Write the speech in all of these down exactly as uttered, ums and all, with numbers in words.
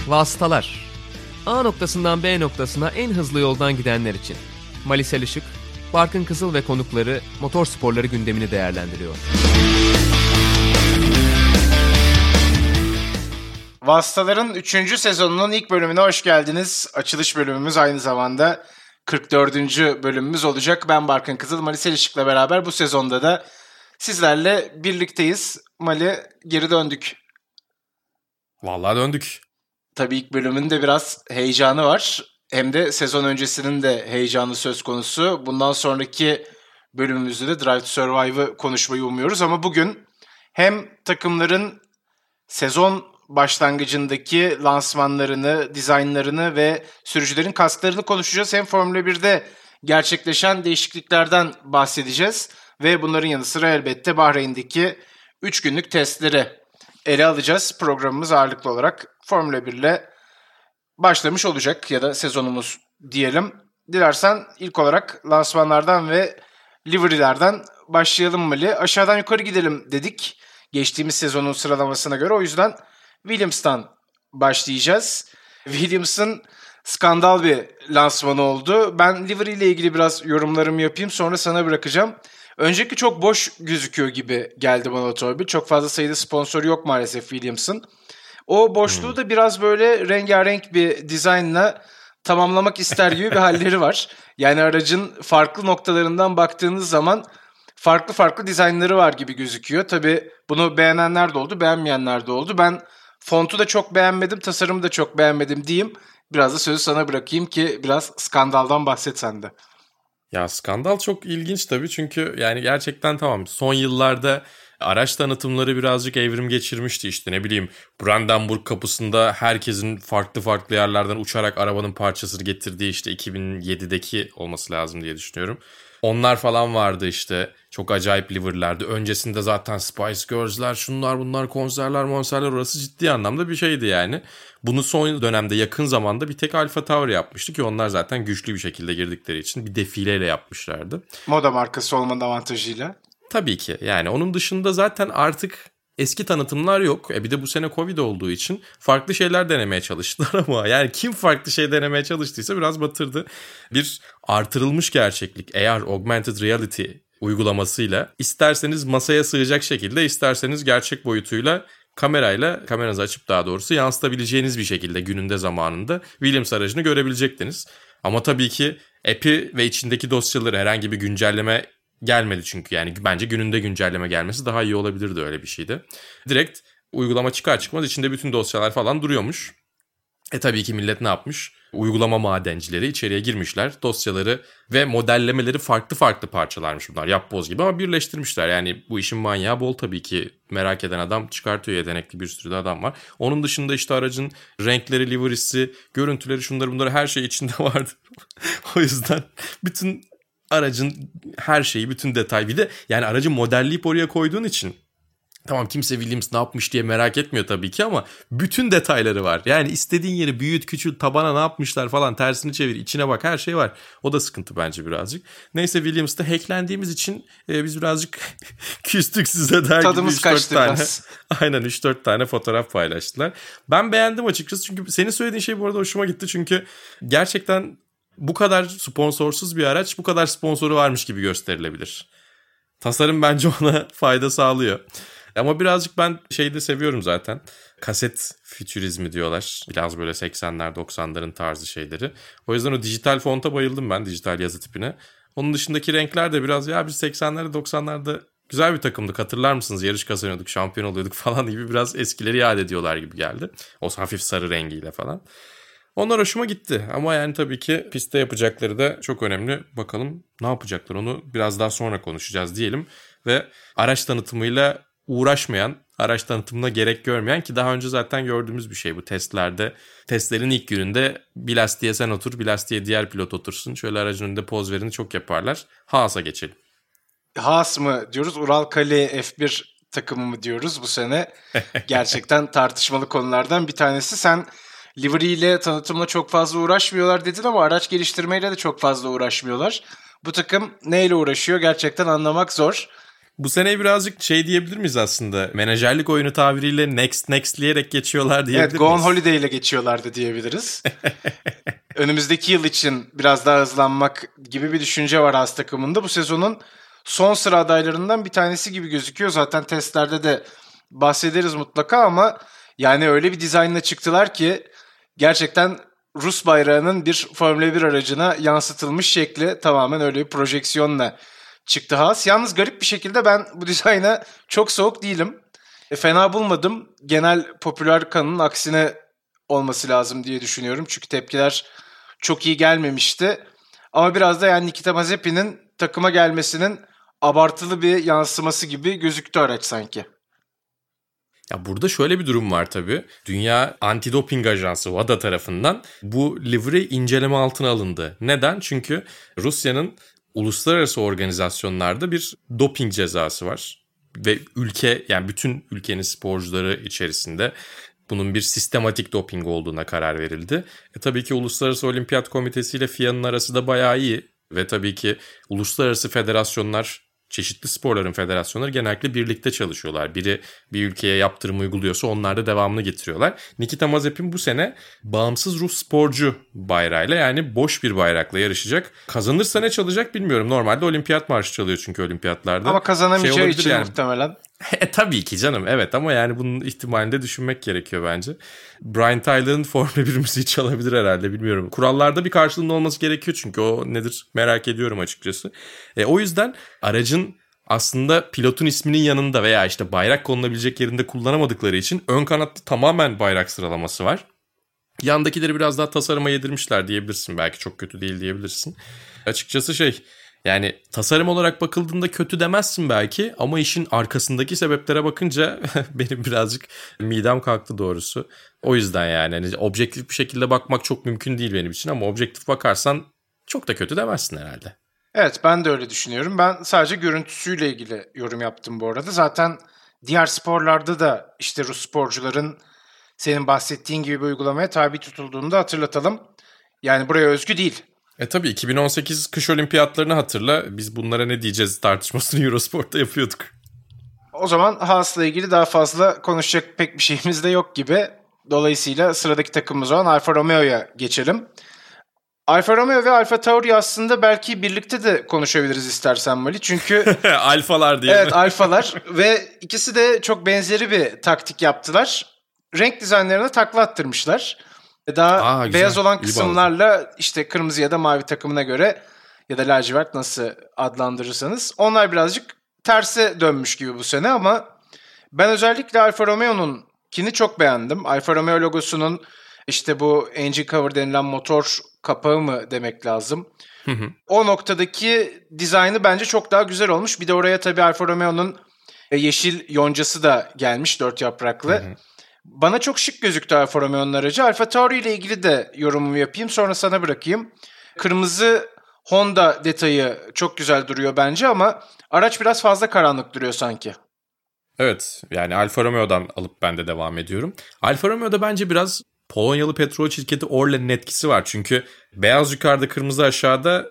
Vasıtalar. A noktasından B noktasına en hızlı yoldan gidenler için. Malisel Işık, Barkın Kızıl ve konukları motor sporları gündemini değerlendiriyor. Vasıtaların üçüncü sezonunun ilk bölümüne hoş geldiniz. Açılış bölümümüz aynı zamanda kırk dördüncü bölümümüz olacak. Ben Barkın Kızıl, Malisel Işık'la beraber bu sezonda da sizlerle birlikteyiz. Mali, geri döndük. Vallahi döndük. Tabii ilk bölümün de biraz heyecanı var. Hem de sezon öncesinin de heyecanı söz konusu. Bundan sonraki bölümümüzde de Drive to Survive'ı konuşmayı umuyoruz. Ama bugün hem takımların sezon başlangıcındaki lansmanlarını, dizaynlarını ve sürücülerin kasklarını konuşacağız. Hem Formula birde gerçekleşen değişikliklerden bahsedeceğiz. Ve bunların yanı sıra elbette Bahreyn'deki üç günlük testleri ele alacağız. Programımız ağırlıklı olarak Formula bir ile başlamış olacak ya da sezonumuz diyelim. Dilersen ilk olarak lansmanlardan ve livery'lerden başlayalım Mali. Aşağıdan yukarı gidelim dedik geçtiğimiz sezonun sıralamasına göre. O yüzden Williams'tan başlayacağız. Williams'ın skandal bir lansmanı oldu. Ben livery ile ilgili biraz yorumlarımı yapayım, sonra sana bırakacağım. Önceki çok boş gözüküyor gibi geldi bana otomobil. Çok fazla sayıda sponsor yok maalesef Williams'ın. O boşluğu hmm. da biraz böyle rengarenk bir dizaynla tamamlamak ister gibi bir halleri var. Yani aracın farklı noktalarından baktığınız zaman farklı farklı dizaynları var gibi gözüküyor. Tabii bunu beğenenler de oldu, beğenmeyenler de oldu. Ben fontu da çok beğenmedim, tasarımı da çok beğenmedim diyeyim. Biraz da sözü sana bırakayım ki biraz skandaldan bahset sen de. Ya skandal çok ilginç tabii, çünkü yani gerçekten tamam, son yıllarda araç tanıtımları birazcık evrim geçirmişti. İşte ne bileyim, Brandenburg kapısında herkesin farklı farklı yerlerden uçarak arabanın parçasını getirdiği, işte iki bin yedideki olması lazım diye düşünüyorum. Onlar falan vardı işte, çok acayip liverlerdi. Öncesinde zaten Spice Girls'ler, şunlar bunlar, konserler monserler, orası ciddi anlamda bir şeydi yani. Bunu son dönemde yakın zamanda bir tek Alfa Tauri yapmıştı ki onlar zaten güçlü bir şekilde girdikleri için bir defileyle yapmışlardı. Moda markası olmanın avantajıyla. Tabii ki yani onun dışında zaten artık eski tanıtımlar yok. E bir de bu sene Covid olduğu için farklı şeyler denemeye çalıştılar ama yani kim farklı şey denemeye çalıştıysa biraz batırdı. Bir artırılmış gerçeklik, A R, Augmented Reality uygulamasıyla isterseniz masaya sığacak şekilde, isterseniz gerçek boyutuyla kamerayla, kameranızı açıp daha doğrusu yansıtabileceğiniz bir şekilde gününde zamanında Williams aracını görebilecektiniz. Ama tabii ki app'i ve içindeki dosyaları, herhangi bir güncelleme gelmedi çünkü yani bence gününde güncelleme gelmesi daha iyi olabilirdi, öyle bir şeydi. Direkt uygulama çıkar çıkmaz içinde bütün dosyalar falan duruyormuş. E tabii ki millet ne yapmış? Uygulama madencileri içeriye girmişler. Dosyaları ve modellemeleri farklı farklı parçalarmış bunlar. Yapboz gibi ama birleştirmişler. Yani bu işin manyağı bol tabii ki. Merak eden adam çıkartıyor, yetenekli bir sürü de adam var. Onun dışında işte aracın renkleri, livery'si, görüntüleri, şunları bunları, her şey içinde vardı. O yüzden bütün aracın her şeyi, bütün detay, bir de yani aracı modelleyip oraya koyduğun için tamam, kimse Williams ne yapmış diye merak etmiyor tabii ki ama bütün detayları var. Yani istediğin yeri büyüt, küçült, tabana ne yapmışlar falan, tersini çevir, içine bak, her şey var. O da sıkıntı bence birazcık. Neyse, Williams'ta hacklendiğimiz için e, biz birazcık küstük size der Tadımız gibi üç dört tane. Biraz. Aynen üç dört tane fotoğraf paylaştılar. Ben beğendim açıkçası, çünkü senin söylediğin şey bu arada hoşuma gitti. Çünkü gerçekten bu kadar sponsorsuz bir araç bu kadar sponsoru varmış gibi gösterilebilir. Tasarım bence ona fayda sağlıyor. Ama birazcık ben şeyi de seviyorum zaten. Kaset fütürizmi diyorlar. Biraz böyle seksenler doksanların tarzı şeyleri. O yüzden o dijital fonta bayıldım ben, dijital yazı tipine. Onun dışındaki renkler de biraz, ya biz seksenlerde doksanlarda güzel bir takımdık, hatırlar mısınız? Yarış kazanıyorduk, şampiyon oluyorduk falan gibi biraz eskileri yad ediyorlar gibi geldi. O hafif sarı rengiyle falan. Onlar hoşuma gitti ama yani tabii ki pistte yapacakları da çok önemli. Bakalım ne yapacaklar, onu biraz daha sonra konuşacağız diyelim. Ve araç tanıtımıyla uğraşmayan, araç tanıtımına gerek görmeyen, ki daha önce zaten gördüğümüz bir şey bu testlerde. Testlerin ilk gününde bir lastiğe sen otur, bir lastiğe diğer pilot otursun. Şöyle aracın önünde poz verini çok yaparlar. Haas'a geçelim. Haas mı diyoruz, Uralkali F bir takımı mı diyoruz bu sene? Gerçekten tartışmalı konulardan bir tanesi. Sen livery ile tanıtımla çok fazla uğraşmıyorlar dedin ama araç geliştirmeyle de çok fazla uğraşmıyorlar. Bu takım neyle uğraşıyor gerçekten anlamak zor. Bu sene birazcık şey diyebilir miyiz aslında? Menajerlik oyunu tabiriyle next nextleyerek geçiyorlar diyebilir evet, miyiz? Go on Holiday ile geçiyorlardı diyebiliriz. Önümüzdeki yıl için biraz daha hızlanmak gibi bir düşünce var Haas takımında. Bu sezonun son sıra adaylarından bir tanesi gibi gözüküyor. Zaten testlerde de bahsederiz mutlaka ama yani öyle bir dizaynla çıktılar ki gerçekten Rus bayrağının bir Formula bir aracına yansıtılmış şekli tamamen öyle bir projeksiyonla çıktı Haas. Yalnız garip bir şekilde ben bu dizayna çok soğuk değilim. E, fena bulmadım. Genel popüler kanının aksine olması lazım diye düşünüyorum. Çünkü tepkiler çok iyi gelmemişti. Ama biraz da yani Nikita Mazepin'in takıma gelmesinin abartılı bir yansıması gibi gözüktü araç sanki. Ya burada şöyle bir durum var tabii. Dünya Antidoping Ajansı W A D A tarafından bu livre inceleme altına alındı. Neden? Çünkü Rusya'nın uluslararası organizasyonlarda bir doping cezası var. Ve ülke, yani bütün ülkenin sporcuları içerisinde bunun bir sistematik doping olduğuna karar verildi. E tabii ki Uluslararası Olimpiyat Komitesi ile F I A'nın arası da bayağı iyi. Ve tabii ki uluslararası federasyonlar, çeşitli sporların federasyonları genellikle birlikte çalışıyorlar. Biri bir ülkeye yaptırım uyguluyorsa onlar da devamını getiriyorlar. Nikita Mazepin bu sene bağımsız Rus sporcu bayrağıyla, yani boş bir bayrakla yarışacak. Kazanırsa ne çalacak bilmiyorum. Normalde olimpiyat marşı çalıyor çünkü olimpiyatlarda. Ama kazanamayacağı şey için yani. Muhtemelen. E, tabii ki canım, evet, ama yani bunun ihtimalini de düşünmek gerekiyor bence. Brian Tyler'ın Formula bir müziği çalabilir herhalde, bilmiyorum. Kurallarda bir karşılığının olması gerekiyor çünkü o nedir merak ediyorum açıkçası. E, o yüzden aracın aslında pilotun isminin yanında veya işte bayrak konulabilecek yerinde kullanamadıkları için ön kanatta tamamen bayrak sıralaması var. Yandakileri biraz daha tasarıma yedirmişler diyebilirsin, belki çok kötü değil diyebilirsin. Açıkçası şey... Yani tasarım olarak bakıldığında kötü demezsin belki ama işin arkasındaki sebeplere bakınca benim birazcık midem kalktı doğrusu. O yüzden yani hani objektif bir şekilde bakmak çok mümkün değil benim için ama objektif bakarsan çok da kötü demezsin herhalde. Evet, ben de öyle düşünüyorum. Ben sadece görüntüsüyle ilgili yorum yaptım bu arada. Zaten diğer sporlarda da işte Rus sporcuların senin bahsettiğin gibi bir uygulamaya tabi tutulduğunu da hatırlatalım. Yani buraya özgü değil. E tabii iki bin on sekiz kış olimpiyatlarını hatırla. Biz bunlara ne diyeceğiz tartışmasını Eurosport'ta yapıyorduk. O zaman Haas'la ilgili daha fazla konuşacak pek bir şeyimiz de yok gibi. Dolayısıyla sıradaki takımımız olan Alfa Romeo'ya geçelim. Alfa Romeo ve Alfa Tauri aslında belki birlikte de konuşabiliriz istersen Mali. Çünkü alfalar diye. Evet, alfalar ve ikisi de çok benzeri bir taktik yaptılar. Renk dizaynlarına takla attırmışlar. Daha Aa, beyaz olan kısımlarla işte kırmızı ya da mavi takımına göre ya da lacivert nasıl adlandırırsanız onlar birazcık terse dönmüş gibi bu sene ama ben özellikle Alfa Romeo'nunkini çok beğendim. Alfa Romeo logosunun işte bu engine cover denilen motor kapağı mı demek lazım. Hı hı. O noktadaki dizaynı bence çok daha güzel olmuş. Bir de oraya tabii Alfa Romeo'nun yeşil yoncası da gelmiş, dört yapraklı. Hı hı. Bana çok şık gözüktü Alfa Romeo'nun aracı. Alfa Tauri ile ilgili de yorumumu yapayım, sonra sana bırakayım. Kırmızı Honda detayı çok güzel duruyor bence ama araç biraz fazla karanlık duruyor sanki. Evet, yani Alfa Romeo'dan alıp ben de devam ediyorum. Alfa Romeo'da bence biraz Polonyalı petrol şirketi Orlen'in etkisi var. Çünkü beyaz yukarıda, kırmızı aşağıda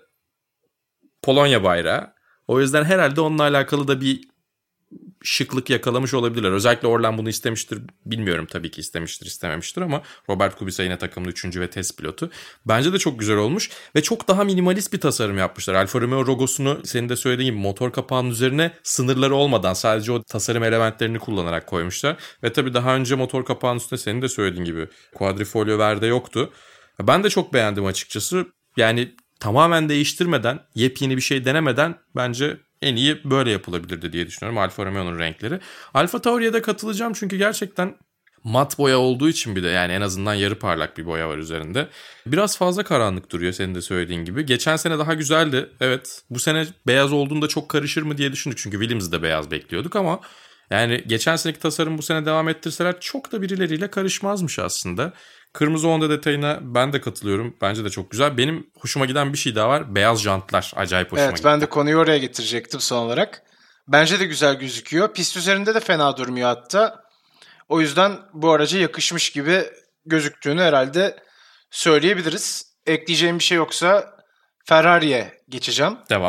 Polonya bayrağı. O yüzden herhalde onunla alakalı da bir şıklık yakalamış olabilirler. Özellikle Orlen bunu istemiştir. Bilmiyorum, tabii ki istemiştir, istememiştir ama Robert Kubica yine takımın üçüncü ve test pilotu. Bence de çok güzel olmuş ve çok daha minimalist bir tasarım yapmışlar. Alfa Romeo logosunu senin de söylediğin gibi motor kapağının üzerine sınırları olmadan sadece o tasarım elementlerini kullanarak koymuşlar. Ve tabii daha önce motor kapağının üstünde senin de söylediğin gibi Quadrifoglio Verde yoktu. Ben de çok beğendim açıkçası. Yani tamamen değiştirmeden, yepyeni bir şey denemeden bence en iyi böyle yapılabilirdi diye düşünüyorum Alfa Romeo'nun renkleri. Alfa Tauri'ye de katılacağım çünkü gerçekten mat boya olduğu için, bir de yani en azından yarı parlak bir boya var üzerinde. Biraz fazla karanlık duruyor senin de söylediğin gibi. Geçen sene daha güzeldi. Evet, bu sene beyaz olduğunda çok karışır mı diye düşündük çünkü Williams'da beyaz bekliyorduk ama yani geçen seneki tasarım bu sene devam ettirseler çok da birileriyle karışmazmış aslında. Kırmızı Honda detayına ben de katılıyorum. Bence de çok güzel. Benim hoşuma giden bir şey daha var. Beyaz jantlar. Acayip hoşuma evet, gitti. Evet, ben de konuyu oraya getirecektim son olarak. Bence de güzel gözüküyor. Pist üzerinde de fena durmuyor hatta. O yüzden bu araca yakışmış gibi gözüktüğünü herhalde söyleyebiliriz. Ekleyeceğim bir şey yoksa Ferrari'ye geçeceğim. Devam.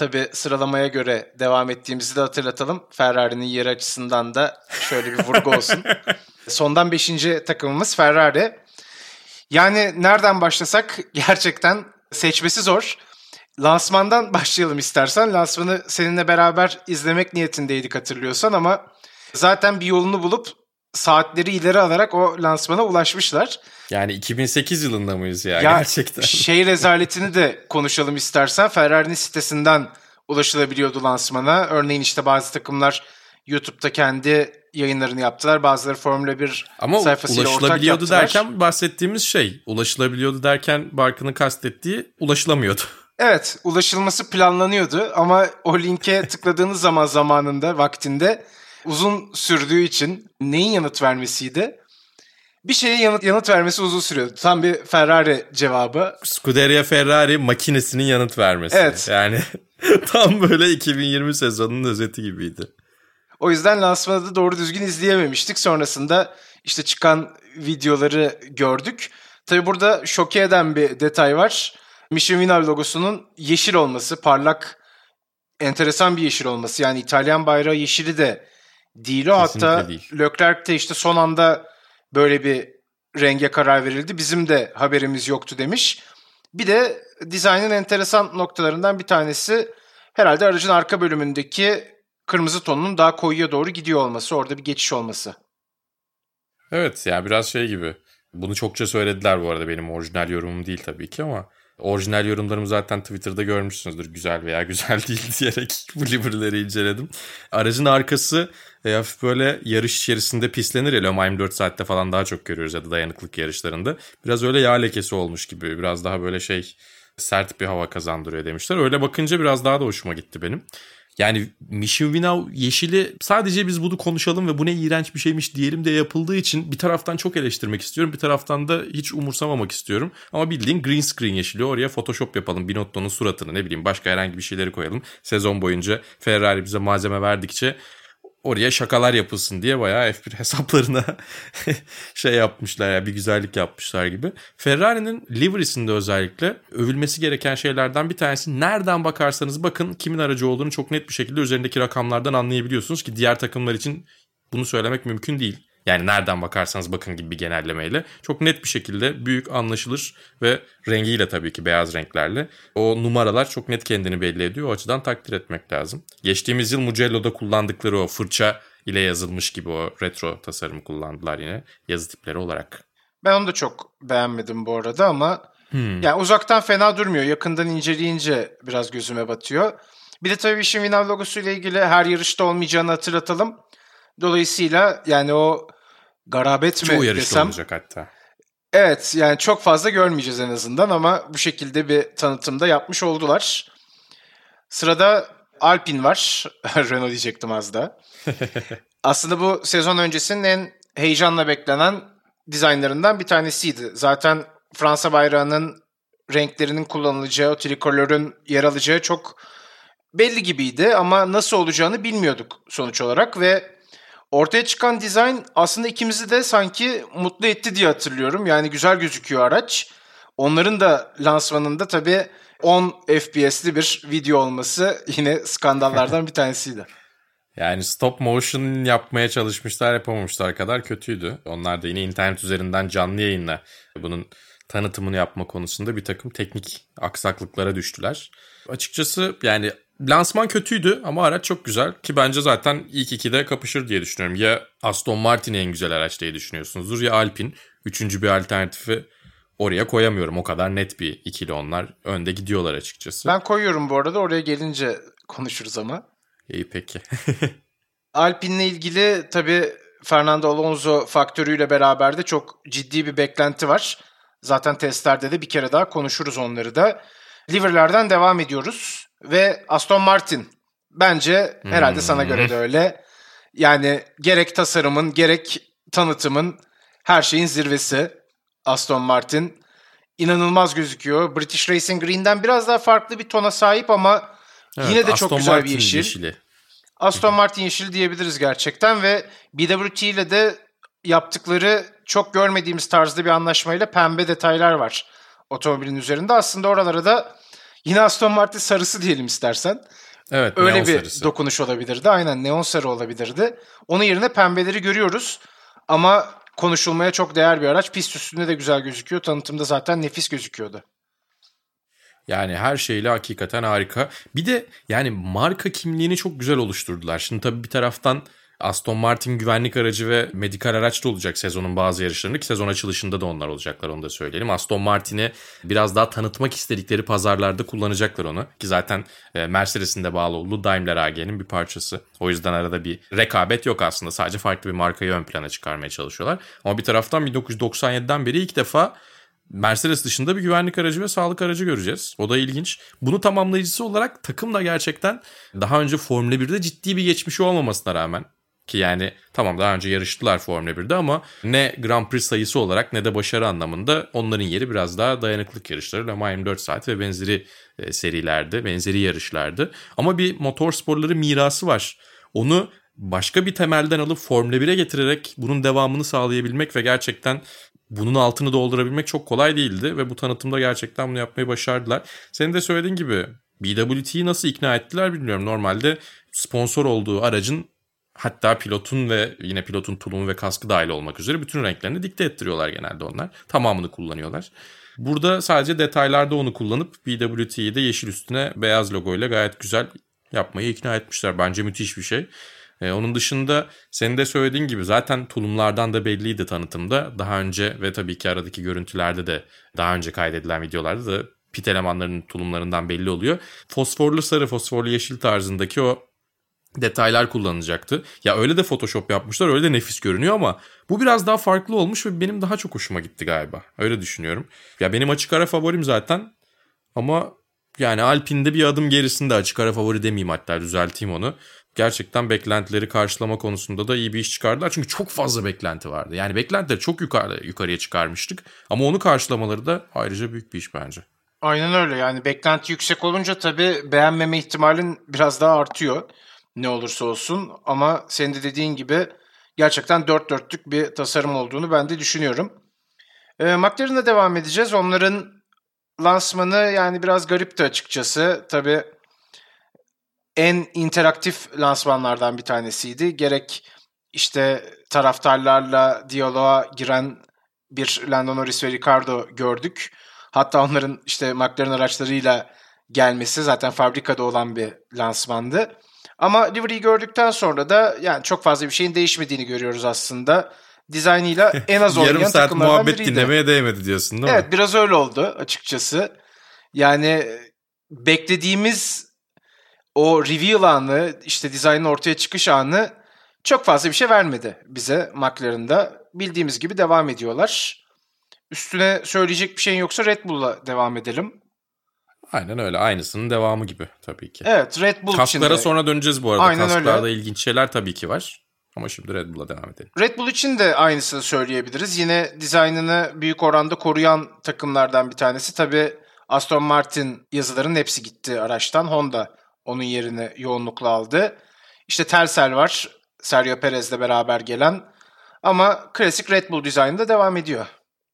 Tabii sıralamaya göre devam ettiğimizi de hatırlatalım. Ferrari'nin yeri açısından da şöyle bir vurgu olsun. Sondan beşinci takımımız Ferrari. Yani nereden başlasak gerçekten seçmesi zor. Lansmandan başlayalım istersen. Lansmanı seninle beraber izlemek niyetindeydik hatırlıyorsan ama zaten bir yolunu bulup saatleri ileri alarak o lansmana ulaşmışlar. Yani iki bin sekiz yılında mıyız ya, ya gerçekten? Şey rezaletini de konuşalım istersen. Ferrari'nin sitesinden ulaşılabiliyordu lansmana. Örneğin işte bazı takımlar YouTube'da kendi yayınlarını yaptılar. Bazıları Formula bir Ama sayfasıyla ortak ulaşılabiliyordu yaptılar. derken bahsettiğimiz şey, ulaşılabiliyordu derken Barkın'ın kastettiği ulaşılamıyordu. Evet, ulaşılması planlanıyordu ama o linke tıkladığınız zaman zamanında, vaktinde uzun sürdüğü için neyin yanıt vermesiydi? Bir şeye yanıt, yanıt vermesi uzun sürüyordu. Tam bir Ferrari cevabı. Scuderia Ferrari makinesinin yanıt vermesi. Evet. Yani tam böyle iki bin yirmi sezonunun özeti gibiydi. O yüzden lansmanı da doğru düzgün izleyememiştik. Sonrasında işte çıkan videoları gördük. Tabii burada şoke eden bir detay var. Michelin Vinal logosunun yeşil olması, parlak, enteresan bir yeşil olması. Yani İtalyan bayrağı yeşili de değil o. Kesinlikle Hatta değil. Leclerc de işte son anda böyle bir renge karar verildi. Bizim de haberimiz yoktu demiş. Bir de dizaynın enteresan noktalarından bir tanesi herhalde aracın arka bölümündeki kırmızı tonunun daha koyuya doğru gidiyor olması. Orada bir geçiş olması. Evet ya, biraz şey gibi. Bunu çokça söylediler bu arada, benim orijinal yorumum değil tabii ki ama orijinal yorumlarımı zaten Twitter'da görmüşsünüzdür. Güzel veya güzel değil diyerek bu livery'leri inceledim. Aracın arkası e, hafif böyle yarış içerisinde pislenir ya. Le Mans yirmi dört saatte falan daha çok görüyoruz ya da dayanıklık yarışlarında. Biraz öyle yağ lekesi olmuş gibi. Biraz daha böyle şey, sert bir hava kazandırıyor demişler. Öyle bakınca biraz daha da hoşuma gitti benim. Yani Michelin Vinal yeşili sadece biz bunu konuşalım ve bu ne iğrenç bir şeymiş diyelim de yapıldığı için bir taraftan çok eleştirmek istiyorum. Bir taraftan da hiç umursamamak istiyorum. Ama bildiğin green screen yeşili, oraya Photoshop yapalım. Binotto'nun suratını, ne bileyim başka herhangi bir şeyleri koyalım. Sezon boyunca Ferrari bize malzeme verdikçe oraya şakalar yapılsın diye bayağı F bir hesaplarına şey yapmışlar ya, bir güzellik yapmışlar gibi. Ferrari'nin livery'sinde özellikle övülmesi gereken şeylerden bir tanesi, nereden bakarsanız bakın kimin aracı olduğunu çok net bir şekilde üzerindeki rakamlardan anlayabiliyorsunuz ki diğer takımlar için bunu söylemek mümkün değil. Yani nereden bakarsanız bakın gibi bir genellemeyle çok net bir şekilde büyük, anlaşılır ve rengiyle tabii ki beyaz renklerle o numaralar çok net kendini belli ediyor. O açıdan takdir etmek lazım. Geçtiğimiz yıl Mugello'da kullandıkları o fırça ile yazılmış gibi o retro tasarımı kullandılar yine yazı tipleri olarak. Ben onu da çok beğenmedim bu arada ama hmm. yani uzaktan fena durmuyor. Yakından inceleyince biraz gözüme batıyor. Bir de tabii Michelin Vinal logosu ile ilgili her yarışta olmayacağını hatırlatalım. Dolayısıyla yani o garabet mi çoğu yarışta desem. olacak hatta. Evet, yani çok fazla görmeyeceğiz en azından ama bu şekilde bir tanıtımda yapmış oldular. Sırada Alpine var. Renault diyecektim az da. Aslında bu sezon öncesinin en heyecanla beklenen dizaynlarından bir tanesiydi. Zaten Fransa bayrağının renklerinin kullanılacağı, o trikolorun yer alacağı çok belli gibiydi ama nasıl olacağını bilmiyorduk sonuç olarak ve ortaya çıkan dizayn aslında ikimizi de sanki mutlu etti diye hatırlıyorum. Yani güzel gözüküyor araç. Onların da lansmanında tabii on F P S'li bir video olması yine skandallardan bir tanesiydi. Yani stop motion yapmaya çalışmışlar, yapamamışlar kadar kötüydü. Onlar da yine internet üzerinden canlı yayınla bunun tanıtımını yapma konusunda bir takım teknik aksaklıklara düştüler. Açıkçası yani lansman kötüydü ama araç çok güzel ki bence zaten ilk ikide kapışır diye düşünüyorum. Ya Aston Martin en güzel araç diye düşünüyorsunuzdur ya Alpine. Üçüncü bir alternatifi oraya koyamıyorum. O kadar net bir ikili onlar. Önde gidiyorlar açıkçası. Ben koyuyorum bu arada, oraya gelince konuşuruz ama. İyi peki. Alpine'le ilgili tabii Fernando Alonso faktörüyle beraber de çok ciddi bir beklenti var. Zaten testlerde de bir kere daha konuşuruz onları da. Livery'lerden devam ediyoruz. Ve Aston Martin bence herhalde hmm. sana göre de öyle. Yani gerek tasarımın gerek tanıtımın her şeyin zirvesi Aston Martin. İnanılmaz gözüküyor. British Racing Green'den biraz daha farklı bir tona sahip ama evet, yine de Aston çok güzel Martin bir yeşil. Yeşili. Aston Martin yeşili diyebiliriz gerçekten ve B W T ile de yaptıkları çok görmediğimiz tarzda bir anlaşmayla pembe detaylar var otomobilin üzerinde. Aslında oralara da Yine Aston Martin sarısı diyelim istersen. Evet, öyle neon bir sarısı. dokunuş olabilirdi. Aynen, neon sarı olabilirdi. Onun yerine pembeleri görüyoruz. Ama konuşulmaya çok değer bir araç. Pist üstünde de güzel gözüküyor. Tanıtımda zaten nefis gözüküyordu. Yani her şeyle hakikaten harika. Bir de yani marka kimliğini çok güzel oluşturdular. Şimdi tabii bir taraftan Aston Martin güvenlik aracı ve medikal araç da olacak sezonun bazı yarışlarında, ki sezon açılışında da onlar olacaklar, onu da söyleyelim. Aston Martin'i biraz daha tanıtmak istedikleri pazarlarda kullanacaklar onu. Ki zaten Mercedes'in de bağlı olduğu Daimler A G'nin bir parçası. O yüzden arada bir rekabet yok aslında. Sadece farklı bir markayı ön plana çıkarmaya çalışıyorlar. Ama bir taraftan bin dokuz yüz doksan yediden beri ilk defa Mercedes dışında bir güvenlik aracı ve sağlık aracı göreceğiz. O da ilginç. Bunu tamamlayıcısı olarak takım da gerçekten daha önce Formula birde ciddi bir geçmişi olmamasına rağmen, ki yani tamam daha önce yarıştılar Formula birde ama ne Grand Prix sayısı olarak ne de başarı anlamında onların yeri biraz daha dayanıklık yarışları, Le Mans yirmi dört saat ve benzeri serilerde, benzeri yarışlardı. Ama bir motorsporları mirası var. Onu başka bir temelden alıp Formula bire getirerek bunun devamını sağlayabilmek ve gerçekten bunun altını doldurabilmek çok kolay değildi ve bu tanıtımda gerçekten bunu yapmayı başardılar. Senin de söylediğin gibi B W T'yi nasıl ikna ettiler bilmiyorum. Normalde sponsor olduğu aracın, hatta pilotun ve yine pilotun tulumu ve kaskı dahil olmak üzere bütün renklerini dikte ettiriyorlar genelde onlar. Tamamını kullanıyorlar. Burada sadece detaylarda onu kullanıp B W T'yi de yeşil üstüne beyaz logoyla gayet güzel yapmayı ikna etmişler. Bence müthiş bir şey. Ee, onun dışında senin de söylediğin gibi zaten tulumlardan da belliydi tanıtımda. Daha önce ve tabii ki aradaki görüntülerde de, daha önce kaydedilen videolarda da pit elemanlarının tulumlarından belli oluyor. Fosforlu sarı, fosforlu yeşil tarzındaki o detaylar kullanılacaktı. Ya öyle de Photoshop yapmışlar, öyle de nefis görünüyor ama bu biraz daha farklı olmuş ve benim daha çok hoşuma gitti galiba. Öyle düşünüyorum. Ya benim açık ara favorim zaten ama yani Alpine'de bir adım gerisinde, açık ara favori demeyeyim, hatta düzelteyim onu. Gerçekten beklentileri karşılama konusunda da iyi bir iş çıkardılar. Çünkü çok fazla beklenti vardı. Yani beklentileri çok yukarı, yukarıya çıkarmıştık. Ama onu karşılamaları da ayrıca büyük bir iş bence. Aynen öyle. Yani beklenti yüksek olunca tabii beğenmeme ihtimalin biraz daha artıyor. Ne olursa olsun. Ama senin de dediğin gibi gerçekten dört dörtlük bir tasarım olduğunu ben de düşünüyorum. Ee, McLaren'la devam edeceğiz. Onların lansmanı yani biraz garipti açıkçası. Tabii en interaktif lansmanlardan bir tanesiydi. Gerek işte taraftarlarla diyaloğa giren bir Lando Norris ve Ricardo gördük. Hatta onların işte McLaren araçlarıyla gelmesi zaten fabrikada olan bir lansmandı. Ama livery'i gördükten sonra da yani çok fazla bir şeyin değişmediğini görüyoruz aslında. Dizaynıyla en az oynayan Yarım saat takımlardan muhabbet biriydi. dinlemeye değmedi diyorsun değil mi? Evet, biraz öyle oldu açıkçası. Yani beklediğimiz o reveal anı, işte dizaynın ortaya çıkış anı çok fazla bir şey vermedi bize McLaren'da. Bildiğimiz gibi devam ediyorlar. Üstüne söyleyecek bir şeyin yoksa Red Bull'la devam edelim. Aynen öyle. Aynısının devamı gibi tabii ki. Evet, Red Bull Kasklara için de. sonra döneceğiz bu arada. Aynen Kasklarda öyle. ilginç şeyler tabii ki var. Ama şimdi Red Bull'a devam edelim. Red Bull için de aynısını söyleyebiliriz. Yine dizaynını büyük oranda koruyan takımlardan bir tanesi. Tabii Aston Martin yazılarının hepsi gitti araçtan. Honda onun yerini yoğunlukla aldı. İşte Tercel var, Sergio Perez'le beraber gelen. Ama klasik Red Bull dizaynında devam ediyor.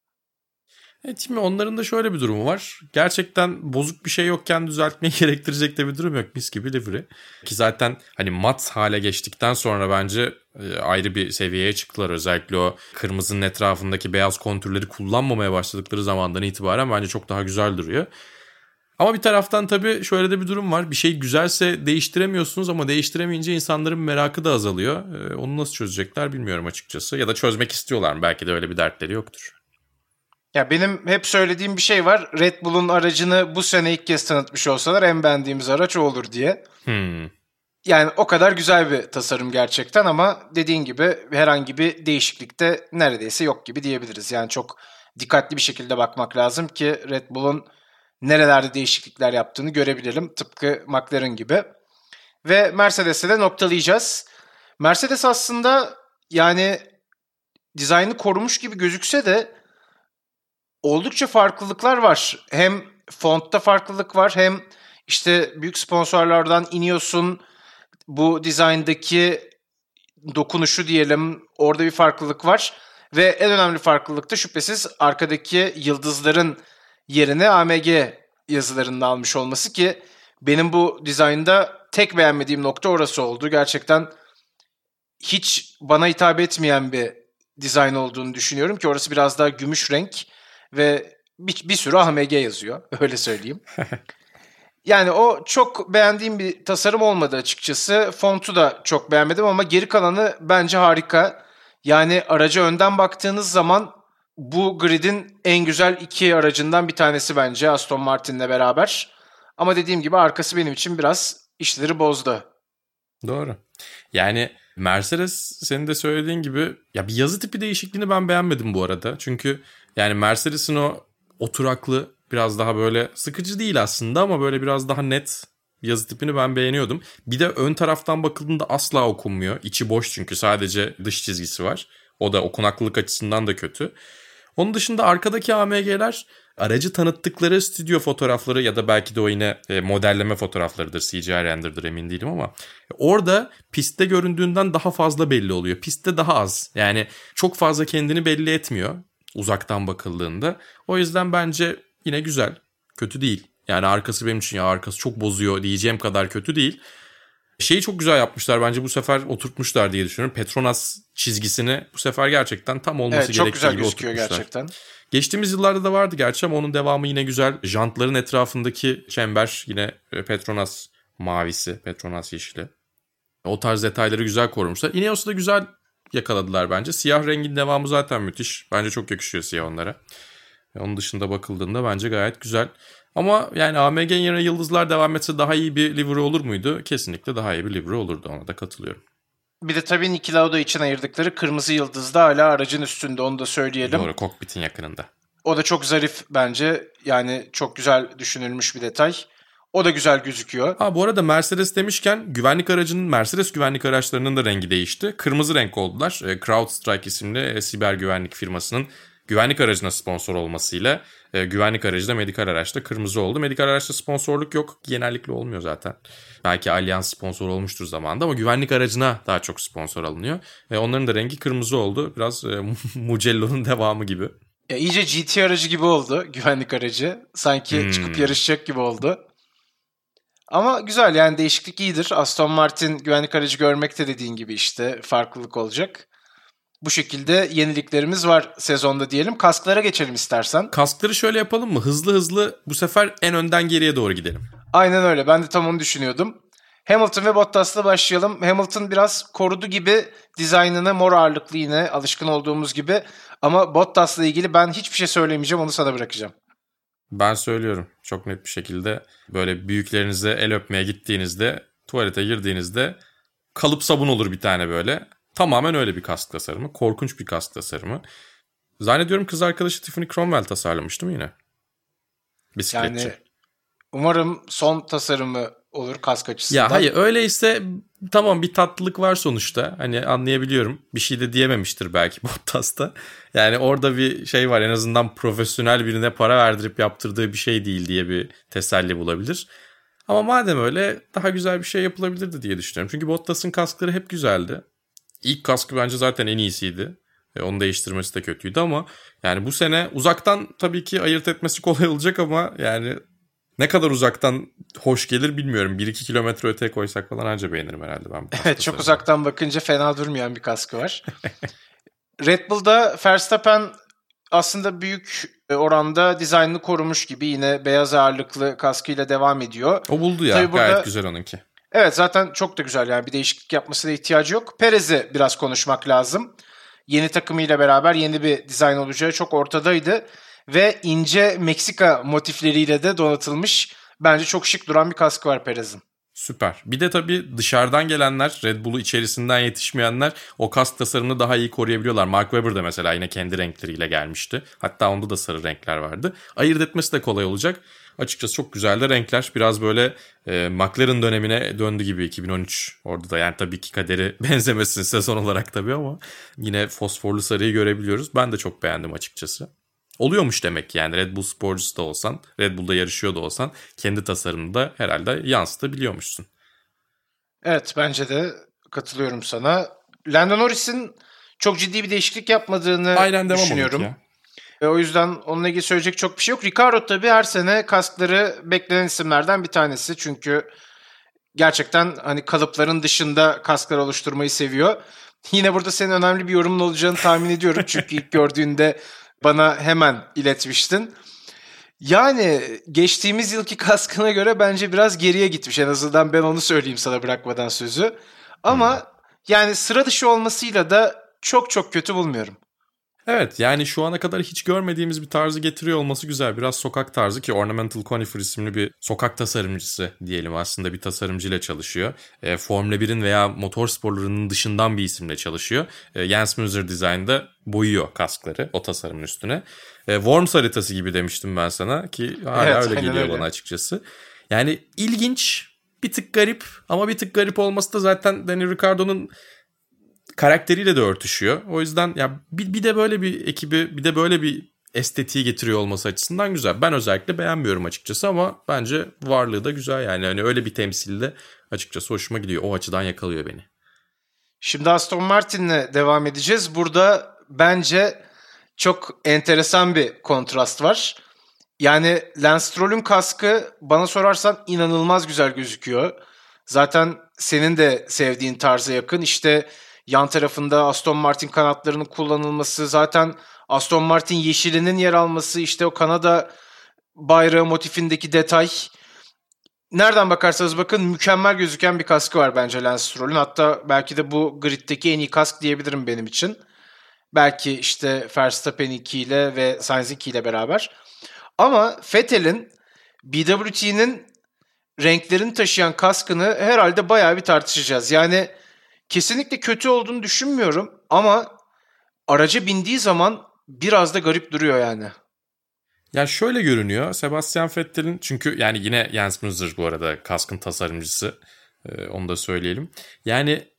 Evet, şimdi onların da şöyle bir durumu var. Gerçekten bozuk bir şey yokken düzeltmeyi gerektirecek de bir durum yok. Mis gibi livery. Ki zaten hani mat hale geçtikten sonra bence ayrı bir seviyeye çıktılar. Özellikle o kırmızının etrafındaki beyaz kontürleri kullanmamaya başladıkları zamandan itibaren bence çok daha güzel duruyor. Ama bir taraftan tabii şöyle de bir durum var. Bir şey güzelse değiştiremiyorsunuz ama değiştiremeyince insanların merakı da azalıyor. Onu nasıl çözecekler bilmiyorum açıkçası. Ya da çözmek istiyorlar mı? Belki de öyle bir dertleri yoktur. Ya benim hep söylediğim bir şey var. Red Bull'un aracını bu sene ilk kez tanıtmış olsalar en beğendiğimiz araç o olur diye. Hmm. Yani o kadar güzel bir tasarım gerçekten ama dediğin gibi herhangi bir değişiklik de neredeyse yok gibi diyebiliriz. Yani çok dikkatli bir şekilde bakmak lazım ki Red Bull'un nerelerde değişiklikler yaptığını görebilelim. Tıpkı McLaren gibi. Ve Mercedes'e de noktalayacağız. Mercedes aslında yani dizaynı korumuş gibi gözükse de oldukça farklılıklar var. Hem fontta farklılık var hem işte büyük sponsorlardan iniyorsun. Bu dizayndaki dokunuşu diyelim, orada bir farklılık var. Ve en önemli farklılık da şüphesiz arkadaki yıldızların yerine A M G yazılarını almış olması ki benim bu dizaynda tek beğenmediğim nokta orası oldu. Gerçekten hiç bana hitap etmeyen bir dizayn olduğunu düşünüyorum ki orası biraz daha gümüş renk ve bir, bir sürü A M G yazıyor. Öyle söyleyeyim. Yani o çok beğendiğim bir tasarım olmadı açıkçası. Fontu da çok beğenmedim ama geri kalanı bence harika. Yani araca önden baktığınız zaman bu gridin en güzel iki aracından bir tanesi bence Aston Martin'le beraber. Ama dediğim gibi arkası benim için biraz işleri bozdu. Doğru. Yani Mercedes senin de söylediğin gibi ya bir yazı tipi değişikliğini ben beğenmedim bu arada. Çünkü yani Mercedes'in o oturaklı biraz daha böyle sıkıcı değil aslında ama böyle biraz daha net yazı tipini ben beğeniyordum. Bir de ön taraftan bakıldığında asla okunmuyor. İçi boş çünkü sadece dış çizgisi var. O da okunaklılık açısından da kötü. Onun dışında arkadaki A M G'ler aracı tanıttıkları stüdyo fotoğrafları ya da belki de o yine modelleme fotoğraflarıdır, C G I render'dır emin değilim ama orada pistte göründüğünden daha fazla belli oluyor. Pistte daha az. Yani çok fazla kendini belli etmiyor uzaktan bakıldığında. O yüzden bence yine güzel. Kötü değil. Yani arkası benim için ya arkası çok bozuyor diyeceğim kadar kötü değil. Şeyi çok güzel yapmışlar bence bu sefer oturtmuşlar diye düşünüyorum. Petronas çizgisini bu sefer gerçekten tam olması evet, gerektiği gibi oturtmuşlar. Evet çok güzel gözüküyor gerçekten. Geçtiğimiz yıllarda da vardı gerçi ama onun devamı yine güzel. Jantların etrafındaki çember yine Petronas mavisi, Petronas yeşili. O tarz detayları güzel korumuşlar. Ineos'u da güzel yakaladılar bence. Siyah rengin devamı zaten müthiş. Bence çok yakışıyor siyah onlara. Onun dışında bakıldığında bence gayet güzel. Ama yani A M G'nin yerine yıldızlar devam etse daha iyi bir livery olur muydu? Kesinlikle daha iyi bir livery olurdu, ona da katılıyorum. Bir de tabii Niki Lauda için ayırdıkları kırmızı yıldız da hala aracın üstünde, onu da söyleyelim. Doğru, kokpitin yakınında. O da çok zarif bence. Yani çok güzel düşünülmüş bir detay. O da güzel gözüküyor. Ha, bu arada Mercedes demişken güvenlik aracının, Mercedes güvenlik araçlarının da rengi değişti. Kırmızı renk oldular. E, CrowdStrike isimli siber güvenlik firmasının güvenlik aracına sponsor olmasıyla e, güvenlik aracı da medikal araçta kırmızı oldu. Medikal araçta sponsorluk yok. Genellikle olmuyor zaten. Belki Allianz sponsor olmuştur zamanında ama güvenlik aracına daha çok sponsor alınıyor. E, onların da rengi kırmızı oldu. Biraz e, Mugello'nun devamı gibi. Ya, iyice G T aracı gibi oldu güvenlik aracı. Sanki hmm. çıkıp yarışacak gibi oldu. Ama güzel, yani değişiklik iyidir. Aston Martin güvenlik aracı görmekte dediğin gibi işte farklılık olacak. Bu şekilde yeniliklerimiz var sezonda diyelim. Kasklara geçelim istersen. Kaskları şöyle yapalım mı? Hızlı hızlı bu sefer en önden geriye doğru gidelim. Aynen öyle. Ben de tam onu düşünüyordum. Hamilton ve Bottas'la başlayalım. Hamilton biraz korudu gibi dizaynını, mor ağırlıklı yine alışkın olduğumuz gibi. Ama Bottas'la ilgili ben hiçbir şey söylemeyeceğim. Onu sana bırakacağım. Ben söylüyorum çok net bir şekilde. Böyle büyüklerinize el öpmeye gittiğinizde, tuvalete girdiğinizde kalıp sabun olur bir tane böyle. Tamamen öyle bir kask tasarımı. Korkunç bir kask tasarımı. Zannediyorum kız arkadaşı Tiffany Cromwell tasarlamıştı mı yine? Bisikletçi. Yani umarım son tasarımı olur kask açısından. Ya hayır, öyleyse tamam, bir tatlılık var sonuçta. Hani anlayabiliyorum. Bir şey de diyememiştir belki Bottas'ta. Yani orada bir şey var, en azından profesyonel birine para verdirip yaptırdığı bir şey değil diye bir teselli bulabilir. Ama madem öyle daha güzel bir şey yapılabilirdi diye düşünüyorum. Çünkü Bottas'ın kaskları hep güzeldi. İlk kaskı bence zaten en iyisiydi. E, onu değiştirmesi de kötüydü ama yani bu sene uzaktan tabii ki ayırt etmesi kolay olacak ama yani ne kadar uzaktan hoş gelir bilmiyorum. bir iki kilometre öteye koysak falan anca beğenirim herhalde ben. Evet, çok uzaktan bakınca fena durmayan bir kaskı var. Red Bull'da Verstappen aslında büyük oranda dizaynını korumuş gibi yine beyaz ağırlıklı kaskıyla devam ediyor. O buldu ya, tabii gayet burada, güzel onunki. Evet, zaten çok da güzel, yani bir değişiklik yapmasına ihtiyacı yok. Perez'i biraz konuşmak lazım. Yeni takımıyla beraber yeni bir dizayn olacağı çok ortadaydı. Ve ince Meksika motifleriyle de donatılmış. Bence çok şık duran bir kaskı var Perez'in. Süper. Bir de tabii dışarıdan gelenler, Red Bull'u içerisinden yetişmeyenler o kask tasarımını daha iyi koruyabiliyorlar. Mark Webber de mesela yine kendi renkleriyle gelmişti. Hatta onda da sarı renkler vardı. Ayırt etmesi de kolay olacak. Açıkçası çok güzel de renkler. Biraz böyle e, McLaren dönemine döndü gibi iki bin on üç. Orada da yani tabii ki kaderi benzemesin sezon olarak tabii ama yine fosforlu sarıyı görebiliyoruz. Ben de çok beğendim açıkçası. Oluyormuş demek ki, yani Red Bull sporcusu da olsan, Red Bull'da yarışıyor da olsan kendi tasarımını da herhalde yansıtabiliyormuşsun. Evet, bence de katılıyorum sana. Lando Norris'in çok ciddi bir değişiklik yapmadığını Aynen düşünüyorum. E, o yüzden onunla ilgili söyleyecek çok bir şey yok. Ricciardo tabii her sene kaskları beklenen isimlerden bir tanesi. Çünkü gerçekten hani kalıpların dışında kasklar oluşturmayı seviyor. Yine burada senin önemli bir yorumun olacağını tahmin ediyorum. Çünkü ilk gördüğünde bana hemen iletmiştin. Yani geçtiğimiz yılki kaskına göre bence biraz geriye gitmiş. En azından ben onu söyleyeyim sana bırakmadan sözü. Ama hmm. yani sıra dışı olmasıyla da çok çok kötü bulmuyorum. Evet, yani şu ana kadar hiç görmediğimiz bir tarzı getiriyor olması güzel. Biraz sokak tarzı, ki Ornamental Conifer isimli bir sokak tasarımcısı diyelim, aslında bir tasarımcıyla çalışıyor. E, Formula birin veya motor sporlarının dışından bir isimle çalışıyor. E, Jens Müller Design'da boyuyor kaskları o tasarımın üstüne. E, Worms haritası gibi demiştim ben sana, ki hala evet, öyle geliyor öyle. Bana açıkçası. Yani ilginç, bir tık garip, ama bir tık garip olması da zaten Daniel Ricciardo'nun karakteriyle de örtüşüyor. O yüzden ya bir, bir de böyle bir ekibi, bir de böyle bir estetiği getiriyor olması açısından güzel. Ben özellikle beğenmiyorum açıkçası, ama bence varlığı da güzel yani. Hani öyle bir temsilde açıkçası hoşuma gidiyor. O açıdan yakalıyor beni. Şimdi Aston Martin'le devam edeceğiz. Burada bence çok enteresan bir kontrast var. Yani Lance Stroll'ün kaskı bana sorarsan inanılmaz güzel gözüküyor. Zaten senin de sevdiğin tarza yakın. İşte yan tarafında Aston Martin kanatlarının kullanılması, zaten Aston Martin yeşilinin yer alması, işte o Kanada bayrağı motifindeki detay. Nereden bakarsanız bakın mükemmel gözüken bir kaskı var bence Lance Stroll'ün. Hatta belki de bu griddeki en iyi kask diyebilirim benim için. Belki işte Verstappen'inkiyle ve Sainz'inkiyle beraber. Ama Vettel'in B W T'nin renklerini taşıyan kaskını herhalde bayağı bir tartışacağız. Yani kesinlikle kötü olduğunu düşünmüyorum ama araca bindiği zaman biraz da garip duruyor yani. Ya şöyle görünüyor. Sebastian Vettel'in, çünkü yani yine Jens Müller bu arada kaskın tasarımcısı. Ee, onu da söyleyelim. Yani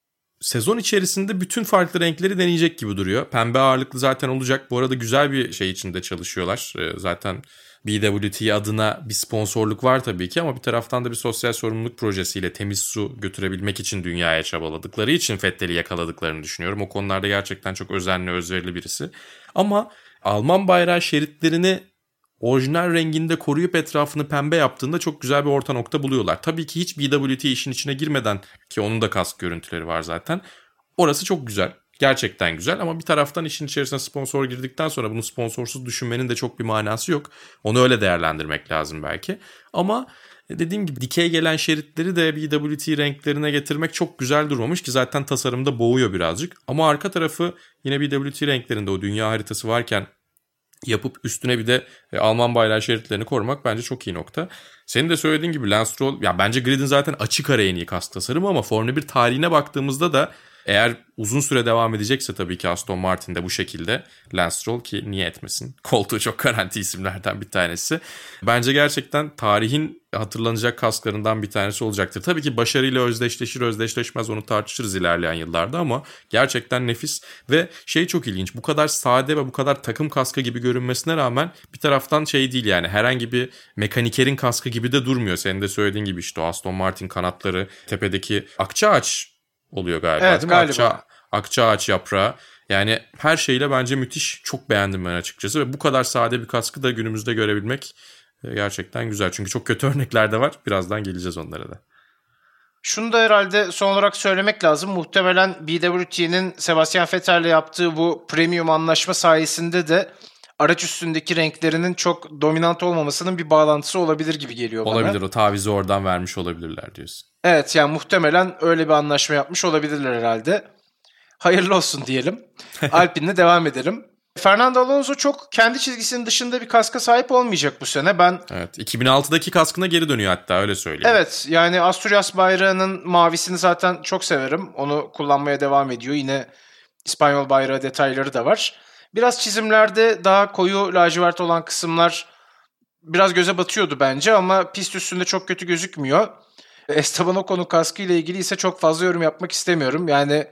sezon içerisinde bütün farklı renkleri deneyecek gibi duruyor. Pembe ağırlıklı zaten olacak. Bu arada güzel bir şey içinde çalışıyorlar. Ee, zaten B W T adına bir sponsorluk var tabii ki, ama bir taraftan da bir sosyal sorumluluk projesiyle temiz su götürebilmek için dünyaya çabaladıkları için Vettel'i yakaladıklarını düşünüyorum. O konularda gerçekten çok özenli, özverili birisi. Ama Alman bayrağı şeritlerini orijinal renginde koruyup etrafını pembe yaptığında çok güzel bir orta nokta buluyorlar. Tabii ki hiç B W T işin içine girmeden, ki onun da kask görüntüleri var zaten. Orası çok güzel. Gerçekten güzel, ama bir taraftan işin içerisine sponsor girdikten sonra bunu sponsorsuz düşünmenin de çok bir manası yok. Onu öyle değerlendirmek lazım belki. Ama dediğim gibi dikey gelen şeritleri de B W T renklerine getirmek çok güzel durmamış, ki zaten tasarımda boğuyor birazcık. Ama arka tarafı yine B W T renklerinde, o dünya haritası varken yapıp üstüne bir de e, Alman bayrağı şeritlerini korumak bence çok iyi nokta. Senin de söylediğin gibi Lance Stroll, ya bence gridin zaten açık ara en iyi kask tasarımı, ama Formula bir tarihine baktığımızda da eğer uzun süre devam edecekse tabii ki Aston Martin'de bu şekilde, Lance Stroll, ki niye etmesin, koltuğu çok garanti isimlerden bir tanesi. Bence gerçekten tarihin hatırlanacak kasklarından bir tanesi olacaktır. Tabii ki başarıyla özdeşleşir özdeşleşmez onu tartışırız ilerleyen yıllarda, ama gerçekten nefis ve şey çok ilginç. Bu kadar sade ve bu kadar takım kaskı gibi görünmesine rağmen bir taraftan şey değil yani, herhangi bir mekanikerin kaskı gibi de durmuyor. Senin de söylediğin gibi işte o Aston Martin kanatları, tepedeki akçaağaç oluyor galiba, evet, değil mi? Galiba. Akça, akçaağaç yaprağı. Yani her şeyle bence müthiş. Çok beğendim ben açıkçası ve bu kadar sade bir kaskı da günümüzde görebilmek gerçekten güzel. Çünkü çok kötü örnekler de var. Birazdan geleceğiz onlara da. Şunu da herhalde son olarak söylemek lazım. Muhtemelen B W T'nin Sebastian Vettel'le yaptığı bu premium anlaşma sayesinde de araç üstündeki renklerinin çok dominant olmamasının bir bağlantısı olabilir gibi geliyor bana. Olabilir, o tavizi oradan vermiş olabilirler diyorsun. Evet, yani muhtemelen öyle bir anlaşma yapmış olabilirler herhalde. Hayırlı olsun diyelim. Alpine'le devam edelim. Fernando Alonso çok kendi çizgisinin dışında bir kaska sahip olmayacak bu sene. Ben Evet, iki bin altıdaki kaskına geri dönüyor hatta, öyle söyleyeyim. Evet, yani Asturias bayrağının mavisini zaten çok severim. Onu kullanmaya devam ediyor. Yine İspanyol bayrağı detayları da var. Biraz çizimlerde daha koyu lacivert olan kısımlar biraz göze batıyordu bence, ama pist üstünde çok kötü gözükmüyor. Esteban Ocon'un kaskı ile ilgili ise çok fazla yorum yapmak istemiyorum. Yani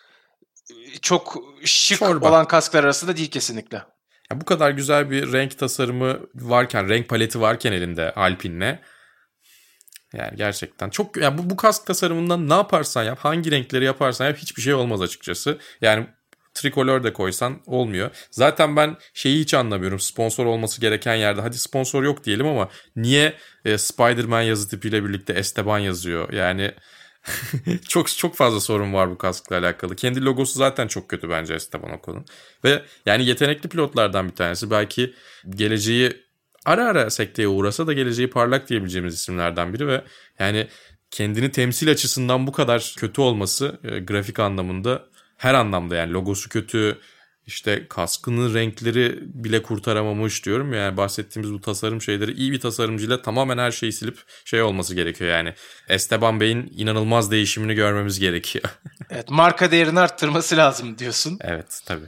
çok şık Çorba. olan kasklar arasında değil kesinlikle. Ya bu kadar güzel bir renk tasarımı varken, renk paleti varken elinde Alpine'le, yani gerçekten çok, yani bu, bu kask tasarımından ne yaparsan yap, hangi renkleri yaparsan yap, hiçbir şey olmaz açıkçası. Yani trikolor de koysan olmuyor. Zaten ben şeyi hiç anlamıyorum. Sponsor olması gereken yerde hadi sponsor yok diyelim ama niye e, Spider-Man yazı tipiyle birlikte Esteban yazıyor? Yani çok çok fazla sorun var bu kaskla alakalı. Kendi logosu zaten çok kötü bence Esteban Ocon'un. Ve yani yetenekli pilotlardan bir tanesi. Belki geleceği ara ara sekteye uğrasa da geleceği parlak diyebileceğimiz isimlerden biri ve yani kendini temsil açısından bu kadar kötü olması e, grafik anlamında her anlamda yani logosu kötü, işte kaskının renkleri bile kurtaramamış diyorum ya, yani bahsettiğimiz bu tasarım şeyleri iyi bir tasarımcıyla tamamen her şeyi silip şey olması gerekiyor yani. Esteban Bey'in inanılmaz değişimini görmemiz gerekiyor. Evet, marka değerini arttırması lazım diyorsun. Evet tabii.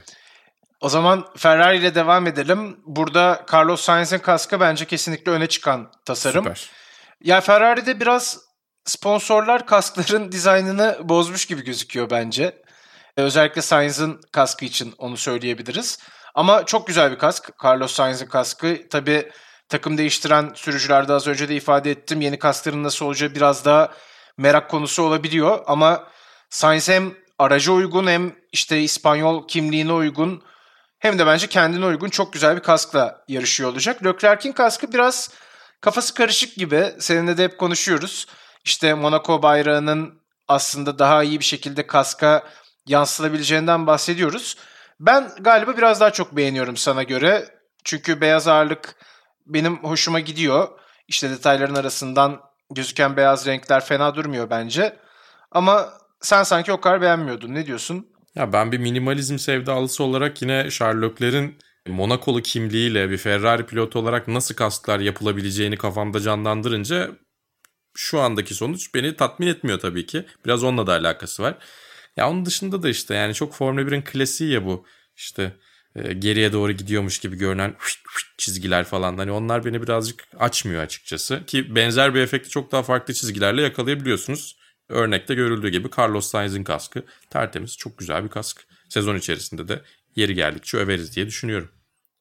O zaman Ferrari ile devam edelim. Burada Carlos Sainz'in kaskı bence kesinlikle öne çıkan tasarım. Süper. Ya Ferrari'de biraz sponsorlar kaskların dizaynını bozmuş gibi gözüküyor bence. Özellikle Sainz'in kaskı için onu söyleyebiliriz. Ama çok güzel bir kask. Carlos Sainz'in kaskı. Tabii takım değiştiren sürücülerde az önce de ifade ettim. Yeni kaskların nasıl olacağı biraz daha merak konusu olabiliyor. Ama Sainz hem araca uygun hem işte İspanyol kimliğine uygun hem de bence kendine uygun çok güzel bir kaskla yarışıyor olacak. Leclerc'in kaskı biraz kafası karışık gibi. Seninle de hep konuşuyoruz. İşte Monaco bayrağının aslında daha iyi bir şekilde kaska yansıtabileceğinden bahsediyoruz. Ben galiba biraz daha çok beğeniyorum sana göre. Çünkü beyaz ağırlık benim hoşuma gidiyor. İşte detayların arasından gözüken beyaz renkler fena durmuyor bence. Ama sen sanki o kadar beğenmiyordun. Ne diyorsun? Ya ben bir minimalizm sevdalısı olarak yine Charles Leclerc'in Monakolu kimliğiyle bir Ferrari pilotu olarak nasıl kasklar yapılabileceğini kafamda canlandırınca şu andaki sonuç beni tatmin etmiyor tabii ki. Biraz onunla da alakası var. Ya onun dışında da işte yani çok Formula birin klasiği ya bu. İşte e, geriye doğru gidiyormuş gibi görünen çizgiler falan. Hani onlar beni birazcık açmıyor açıkçası. Ki benzer bir efekti çok daha farklı çizgilerle yakalayabiliyorsunuz. Örnekte görüldüğü gibi Carlos Sainz'in kaskı tertemiz, çok güzel bir kask. Sezon içerisinde de yeri geldikçe överiz diye düşünüyorum.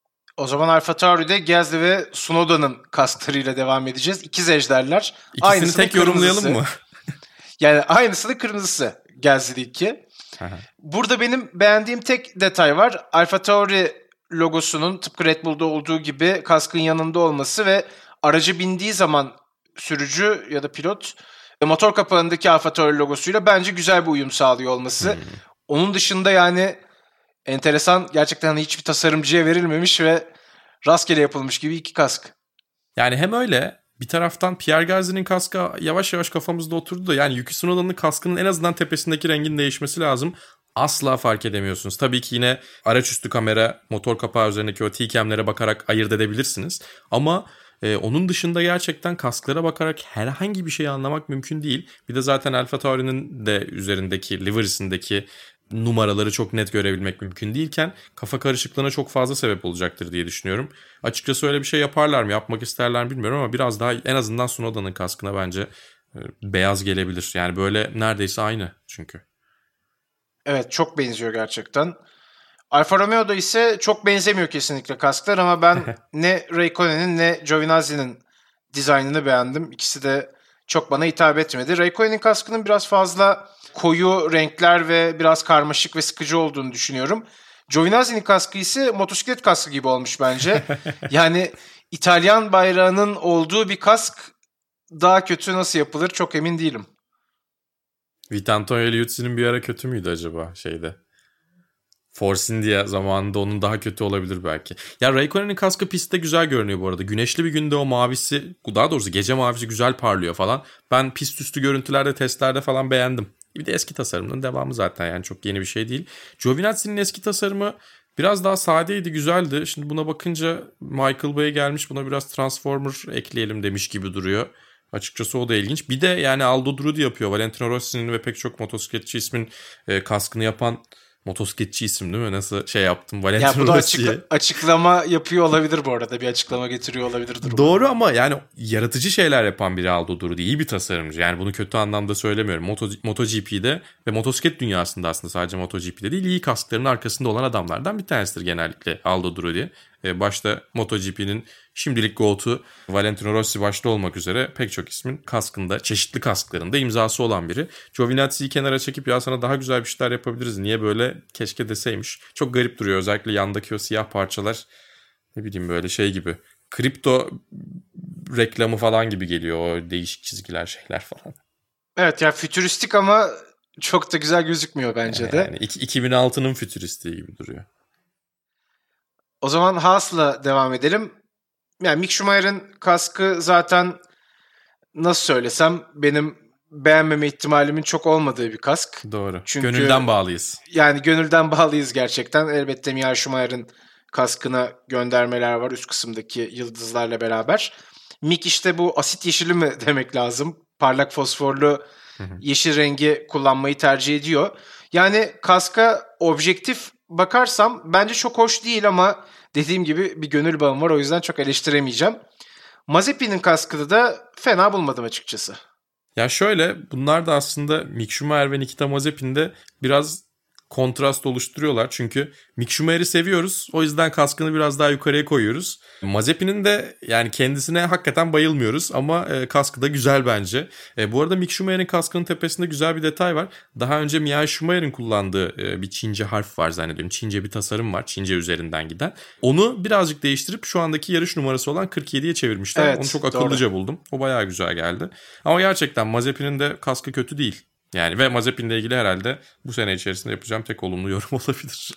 O zaman AlphaTauri'de Gasly ve Tsunoda'nın kasklarıyla devam edeceğiz. İkiz ejderler. İkisini Aynısını tek yorumlayalım mı? Yani aynısını kırmızısı Gasly'deki. Burada benim beğendiğim tek detay var. AlphaTauri logosunun tıpkı Red Bull'da olduğu gibi kaskın yanında olması ve araca bindiği zaman sürücü ya da pilot motor kapağındaki AlphaTauri logosuyla bence güzel bir uyum sağlıyor olması. Hmm. Onun dışında yani enteresan, gerçekten hani hiçbir tasarımcıya verilmemiş ve rastgele yapılmış gibi iki kask. Yani hem öyle, bir taraftan Pierre Gasly'nin kaskı yavaş yavaş kafamızda oturdu da yani Yuki Tsunoda'nın kaskının en azından tepesindeki rengin değişmesi lazım. Asla fark edemiyorsunuz. Tabii ki yine araç üstü kamera, motor kapağı üzerindeki o T-cam'lere bakarak ayırt edebilirsiniz. Ama e, onun dışında gerçekten kasklara bakarak herhangi bir şeyi anlamak mümkün değil. Bir de zaten AlphaTauri'nin de üzerindeki, livery'sindeki numaraları çok net görebilmek mümkün değilken kafa karışıklığına çok fazla sebep olacaktır diye düşünüyorum. Açıkçası öyle bir şey yaparlar mı, yapmak isterler mi bilmiyorum ama biraz daha en azından Tsunoda'nın kaskına bence e, beyaz gelebilir. Yani böyle neredeyse aynı çünkü. Evet, çok benziyor gerçekten. Alfa Romeo'da ise çok benzemiyor kesinlikle kasklar ama ben ne Raikkonen'in ne Giovinazzi'nin dizaynını beğendim. İkisi de çok bana hitap etmedi. Raikkonen'in kaskının biraz fazla koyu renkler ve biraz karmaşık ve sıkıcı olduğunu düşünüyorum. Giovinazzi'nin kaskı ise motosiklet kaskı gibi olmuş bence. Yani İtalyan bayrağının olduğu bir kask daha kötü nasıl yapılır çok emin değilim. Vitantonio Liuzzi'nin bir ara kötü müydü acaba şeyde? Force India zamanında onun daha kötü olabilir belki. Ya Raikkonen'in kaskı pistte güzel görünüyor bu arada. Güneşli bir günde o mavisi, daha doğrusu gece mavisi güzel parlıyor falan. Ben pist üstü görüntülerde, testlerde falan beğendim. Bir de eski tasarımının devamı zaten, yani çok yeni bir şey değil. Giovinazzi'nin eski tasarımı biraz daha sadeydi, güzeldi. Şimdi buna bakınca Michael Bay gelmiş, buna biraz Transformer ekleyelim demiş gibi duruyor. Açıkçası o da ilginç. Bir de yani Aldo Drudi yapıyor. Valentino Rossi'nin ve pek çok motosikletçi ismin e, kaskını yapan motosikletçi isim değil mi? Nasıl şey yaptım? Valentino ya bu da Rossi'ye. Açıkla, açıklama yapıyor olabilir bu arada. Bir açıklama getiriyor olabilir durum. Doğru ama yani yaratıcı şeyler yapan biri Aldo Drudi. İyi bir tasarımcı. Yani bunu kötü anlamda söylemiyorum. Moto, MotoGP'de ve motosiklet dünyasında aslında sadece MotoGP'de değil, iyi kaskların arkasında olan adamlardan bir tanesidir genellikle Aldo Drudi. E, başta MotoGP'nin şimdilik GOAT'u Valentino Rossi başta olmak üzere pek çok ismin kaskında, çeşitli kasklarında imzası olan biri. Giovinazzi'yi kenara çekip ya sana daha güzel bir şeyler yapabiliriz, niye böyle keşke deseymiş. Çok garip duruyor, özellikle yandaki o siyah parçalar ne bileyim böyle şey gibi. Kripto reklamı falan gibi geliyor, o değişik çizgiler şeyler falan. Evet ya, fütüristik ama çok da güzel gözükmüyor bence de. Yani iki bin altının fütüristiği gibi duruyor. O zaman Haas'la devam edelim. Yani Mick Schumacher'ın kaskı zaten nasıl söylesem benim beğenmeme ihtimalimin çok olmadığı bir kask. Doğru. Çünkü, gönülden bağlıyız. Yani gönülden bağlıyız gerçekten. Elbette Michael Schumacher'ın kaskına göndermeler var üst kısımdaki yıldızlarla beraber. Mick işte bu asit yeşili mi demek lazım? Parlak fosforlu yeşil rengi kullanmayı tercih ediyor. Yani kaska objektif bakarsam bence çok hoş değil ama dediğim gibi bir gönül bağım var, o yüzden çok eleştiremeyeceğim. Mazepin'in kaskını da fena bulmadım açıkçası. Ya şöyle, bunlar da aslında Mick Schumacher ve Nikita Mazepin'de biraz kontrast oluşturuyorlar. Çünkü Mick Schumacher'i seviyoruz. O yüzden kaskını biraz daha yukarıya koyuyoruz. Mazepin'in de yani kendisine hakikaten bayılmıyoruz ama e, kaskı da güzel bence. E, bu arada Mick Schumacher'in kaskının tepesinde güzel bir detay var. Daha önce Michael Schumacher'in kullandığı e, bir Çince harf var zannediyorum. Çince bir tasarım var. Çince üzerinden giden. Onu birazcık değiştirip şu andaki yarış numarası olan kırk yediye çevirmişler. Evet, onu çok akıllıca doğru buldum. O bayağı güzel geldi. Ama gerçekten Mazepin'in de kaskı kötü değil. Yani ve Mazepin'le ilgili herhalde bu sene içerisinde yapacağım tek olumlu yorum olabilir.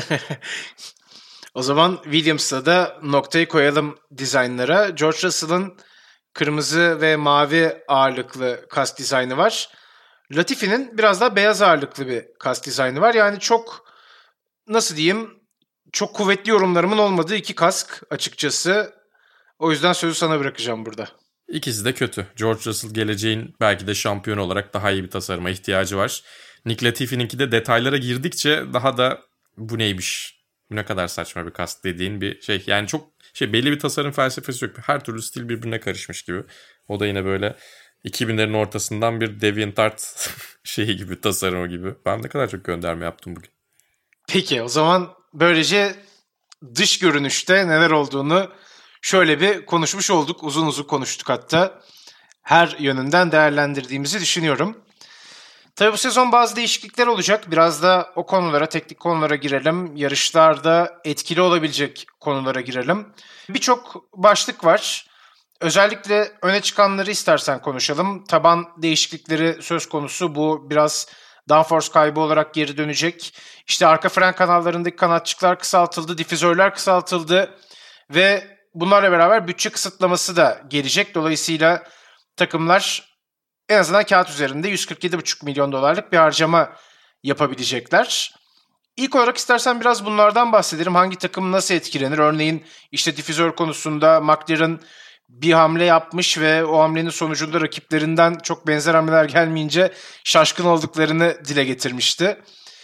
O zaman Williams'la da noktayı koyalım dizaynlara. George Russell'ın kırmızı ve mavi ağırlıklı kask dizaynı var. Latifi'nin biraz daha beyaz ağırlıklı bir kask dizaynı var. Yani çok, nasıl diyeyim, çok kuvvetli yorumlarımın olmadığı iki kask açıkçası. O yüzden sözü sana bırakacağım burada. İkisi de kötü. George Russell geleceğin belki de şampiyonu olarak daha iyi bir tasarıma ihtiyacı var. Nick Latifi'ninki de detaylara girdikçe daha da bu neymiş, bu ne kadar saçma bir kask dediğin bir şey. Yani çok şey, belli bir tasarım felsefesi yok. Her türlü stil birbirine karışmış gibi. O da yine böyle iki binlerin ortasından bir DeviantArt şeyi gibi, tasarımı gibi. Ben ne kadar çok gönderme yaptım bugün. Peki o zaman böylece dış görünüşte neler olduğunu şöyle bir konuşmuş olduk. Uzun uzun konuştuk hatta. Her yönünden değerlendirdiğimizi düşünüyorum. Tabii bu sezon bazı değişiklikler olacak. Biraz da o konulara, teknik konulara girelim. Yarışlarda etkili olabilecek konulara girelim. Birçok başlık var. Özellikle öne çıkanları istersen konuşalım. Taban değişiklikleri söz konusu. Bu biraz downforce kaybı olarak geri dönecek. İşte arka fren kanallarındaki kanatçıklar kısaltıldı, difüzörler kısaltıldı ve bunlarla beraber bütçe kısıtlaması da gelecek. Dolayısıyla takımlar en azından kağıt üzerinde yüz kırk yedi buçuk milyon dolarlık bir harcama yapabilecekler. İlk olarak istersen biraz bunlardan bahsedelim. Hangi takım nasıl etkilenir? Örneğin işte difüzör konusunda McLaren bir hamle yapmış ve o hamlenin sonucunda rakiplerinden çok benzer hamleler gelmeyince şaşkın olduklarını dile getirmişti.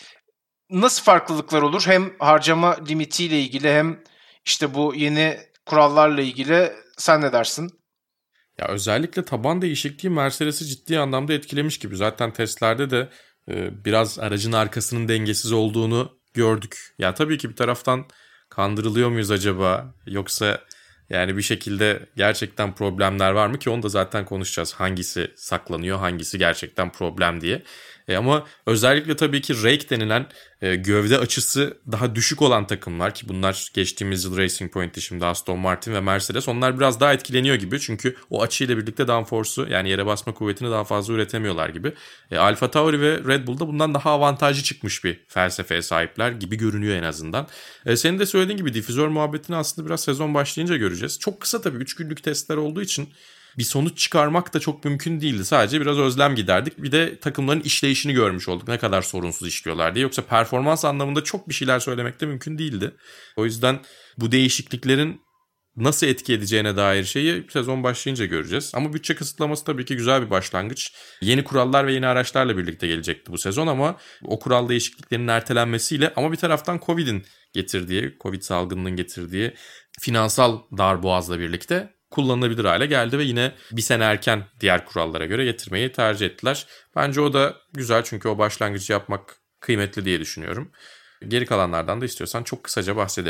Nasıl farklılıklar olur? Hem harcama limitiyle ilgili hem işte bu yeni kurallarla ilgili sen ne dersin? Ya özellikle taban değişikliği Mercedes'i ciddi anlamda etkilemiş gibi. Zaten testlerde de e, biraz aracın arkasının dengesiz olduğunu gördük. Ya tabii ki bir taraftan kandırılıyor muyuz acaba? Yoksa yani bir şekilde gerçekten problemler var mı ki onu da zaten konuşacağız. Hangisi saklanıyor, hangisi gerçekten problem diye. E ama özellikle tabii ki rake denilen e, gövde açısı daha düşük olan takımlar ki bunlar geçtiğimiz yıl Racing Point'ti, şimdi Aston Martin ve Mercedes, onlar biraz daha etkileniyor gibi. Çünkü o açıyla birlikte downforce'u, yani yere basma kuvvetini daha fazla üretemiyorlar gibi. E, Alfa Tauri ve Red Bull'da bundan daha avantajlı çıkmış bir felsefeye sahipler gibi görünüyor en azından. E, senin de söylediğin gibi difüzör muhabbetini aslında biraz sezon başlayınca göreceğiz. Çok kısa tabii, üç günlük testler olduğu için bir sonuç çıkarmak da çok mümkün değildi. Sadece biraz özlem giderdik. Bir de takımların işleyişini görmüş olduk. Ne kadar sorunsuz işliyorlar diye. Yoksa performans anlamında çok bir şeyler söylemek de mümkün değildi. O yüzden bu değişikliklerin nasıl etki edeceğine dair şeyi sezon başlayınca göreceğiz. Ama bütçe kısıtlaması tabii ki güzel bir başlangıç. Yeni kurallar ve yeni araçlarla birlikte gelecekti bu sezon ama o kural değişikliklerinin ertelenmesiyle, ama bir taraftan Covid'in getirdiği, Covid salgınının getirdiği finansal darboğazla birlikte kullanılabilir hale geldi ve yine bir sene erken diğer kurallara göre getirmeyi tercih ettiler. Bence o da güzel, çünkü o başlangıcı yapmak kıymetli diye düşünüyorum. Geri kalanlardan da istiyorsan çok kısaca bahsedelim.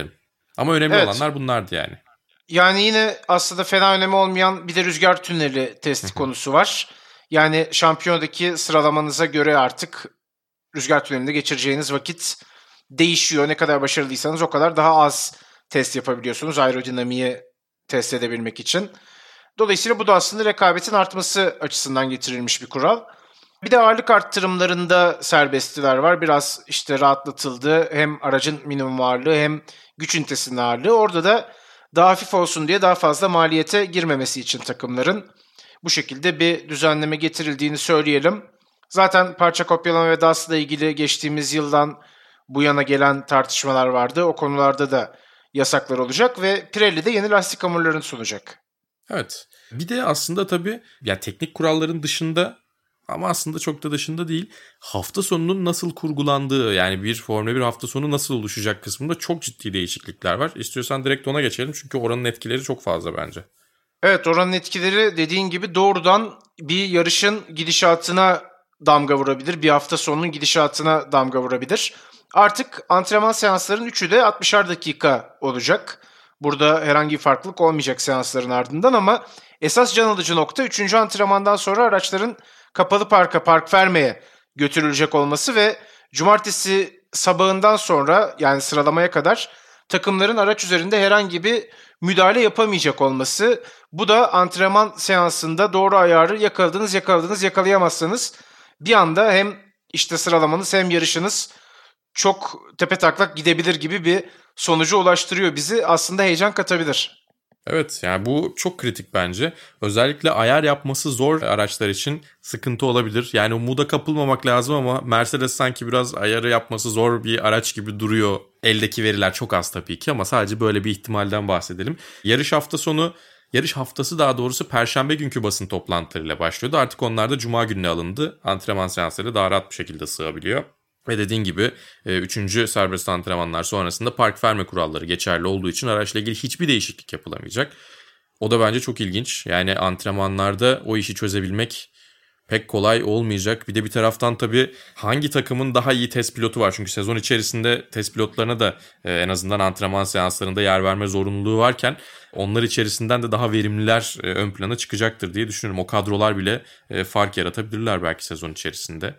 Ama önemli Evet. olanlar bunlardı yani. Yani yine aslında fena önemi olmayan bir de rüzgar tüneli testi konusu var. Yani şampiyonadaki sıralamanıza göre artık rüzgar tünelinde geçireceğiniz vakit değişiyor. Ne kadar başarılıysanız o kadar daha az test yapabiliyorsunuz aerodinamiği test edebilmek için. Dolayısıyla bu da aslında rekabetin artması açısından getirilmiş bir kural. Bir de ağırlık arttırımlarında serbestliler var. Biraz işte rahatlatıldı. Hem aracın minimum ağırlığı hem güç ünitesinin ağırlığı. Orada da daha hafif olsun diye daha fazla maliyete girmemesi için takımların bu şekilde bir düzenleme getirildiğini söyleyelim. Zaten parça kopyalama ve D A S'la ilgili geçtiğimiz yıldan bu yana gelen tartışmalar vardı. O konularda da yasaklar olacak ve Pirelli de yeni lastik hamurlarını sunacak. Evet. Bir de aslında tabii ya teknik kuralların dışında ama aslında çok da dışında değil. Hafta sonunun nasıl kurgulandığı, yani bir Formula bir hafta sonu nasıl oluşacak kısmında çok ciddi değişiklikler var. İstiyorsan direkt ona geçelim çünkü oranın etkileri çok fazla bence. Evet, oranın etkileri dediğin gibi doğrudan bir yarışın gidişatına damga vurabilir. Bir hafta sonunun gidişatına damga vurabilir. Artık antrenman seanslarının üçü de altmışar dakika olacak. Burada herhangi bir farklılık olmayacak seansların ardından ama esas can alıcı nokta üçüncü antrenmandan sonra araçların kapalı parka, park vermeye götürülecek olması ve cumartesi sabahından sonra yani sıralamaya kadar takımların araç üzerinde herhangi bir müdahale yapamayacak olması. Bu da antrenman seansında doğru ayarı yakaladınız, yakaladınız, yakalayamazsanız bir anda hem işte sıralamanız hem yarışınız çok tepetaklak gidebilir gibi bir sonuca ulaştırıyor bizi. Aslında heyecan katabilir. Evet, yani bu çok kritik bence. Özellikle ayar yapması zor araçlar için sıkıntı olabilir. Yani umuda kapılmamak lazım ama Mercedes sanki biraz ayarı yapması zor bir araç gibi duruyor. Eldeki veriler çok az tabii ki ama sadece böyle bir ihtimalden bahsedelim. Yarış hafta sonu, yarış haftası daha doğrusu Perşembe günkü basın toplantılarıyla başlıyordu. Artık onlar da Cuma gününe alındı. Antrenman seansları daha rahat bir şekilde sığabiliyor. Ve dediğin gibi üçüncü serbest antrenmanlar sonrasında park verme kuralları geçerli olduğu için araçla ilgili hiçbir değişiklik yapılamayacak. O da bence çok ilginç. Yani antrenmanlarda o işi çözebilmek pek kolay olmayacak. Bir de bir taraftan tabii hangi takımın daha iyi test pilotu var? Çünkü sezon içerisinde test pilotlarına da en azından antrenman seanslarında yer verme zorunluluğu varken onlar içerisinden de daha verimliler ön plana çıkacaktır diye düşünüyorum. O kadrolar bile fark yaratabilirler belki sezon içerisinde.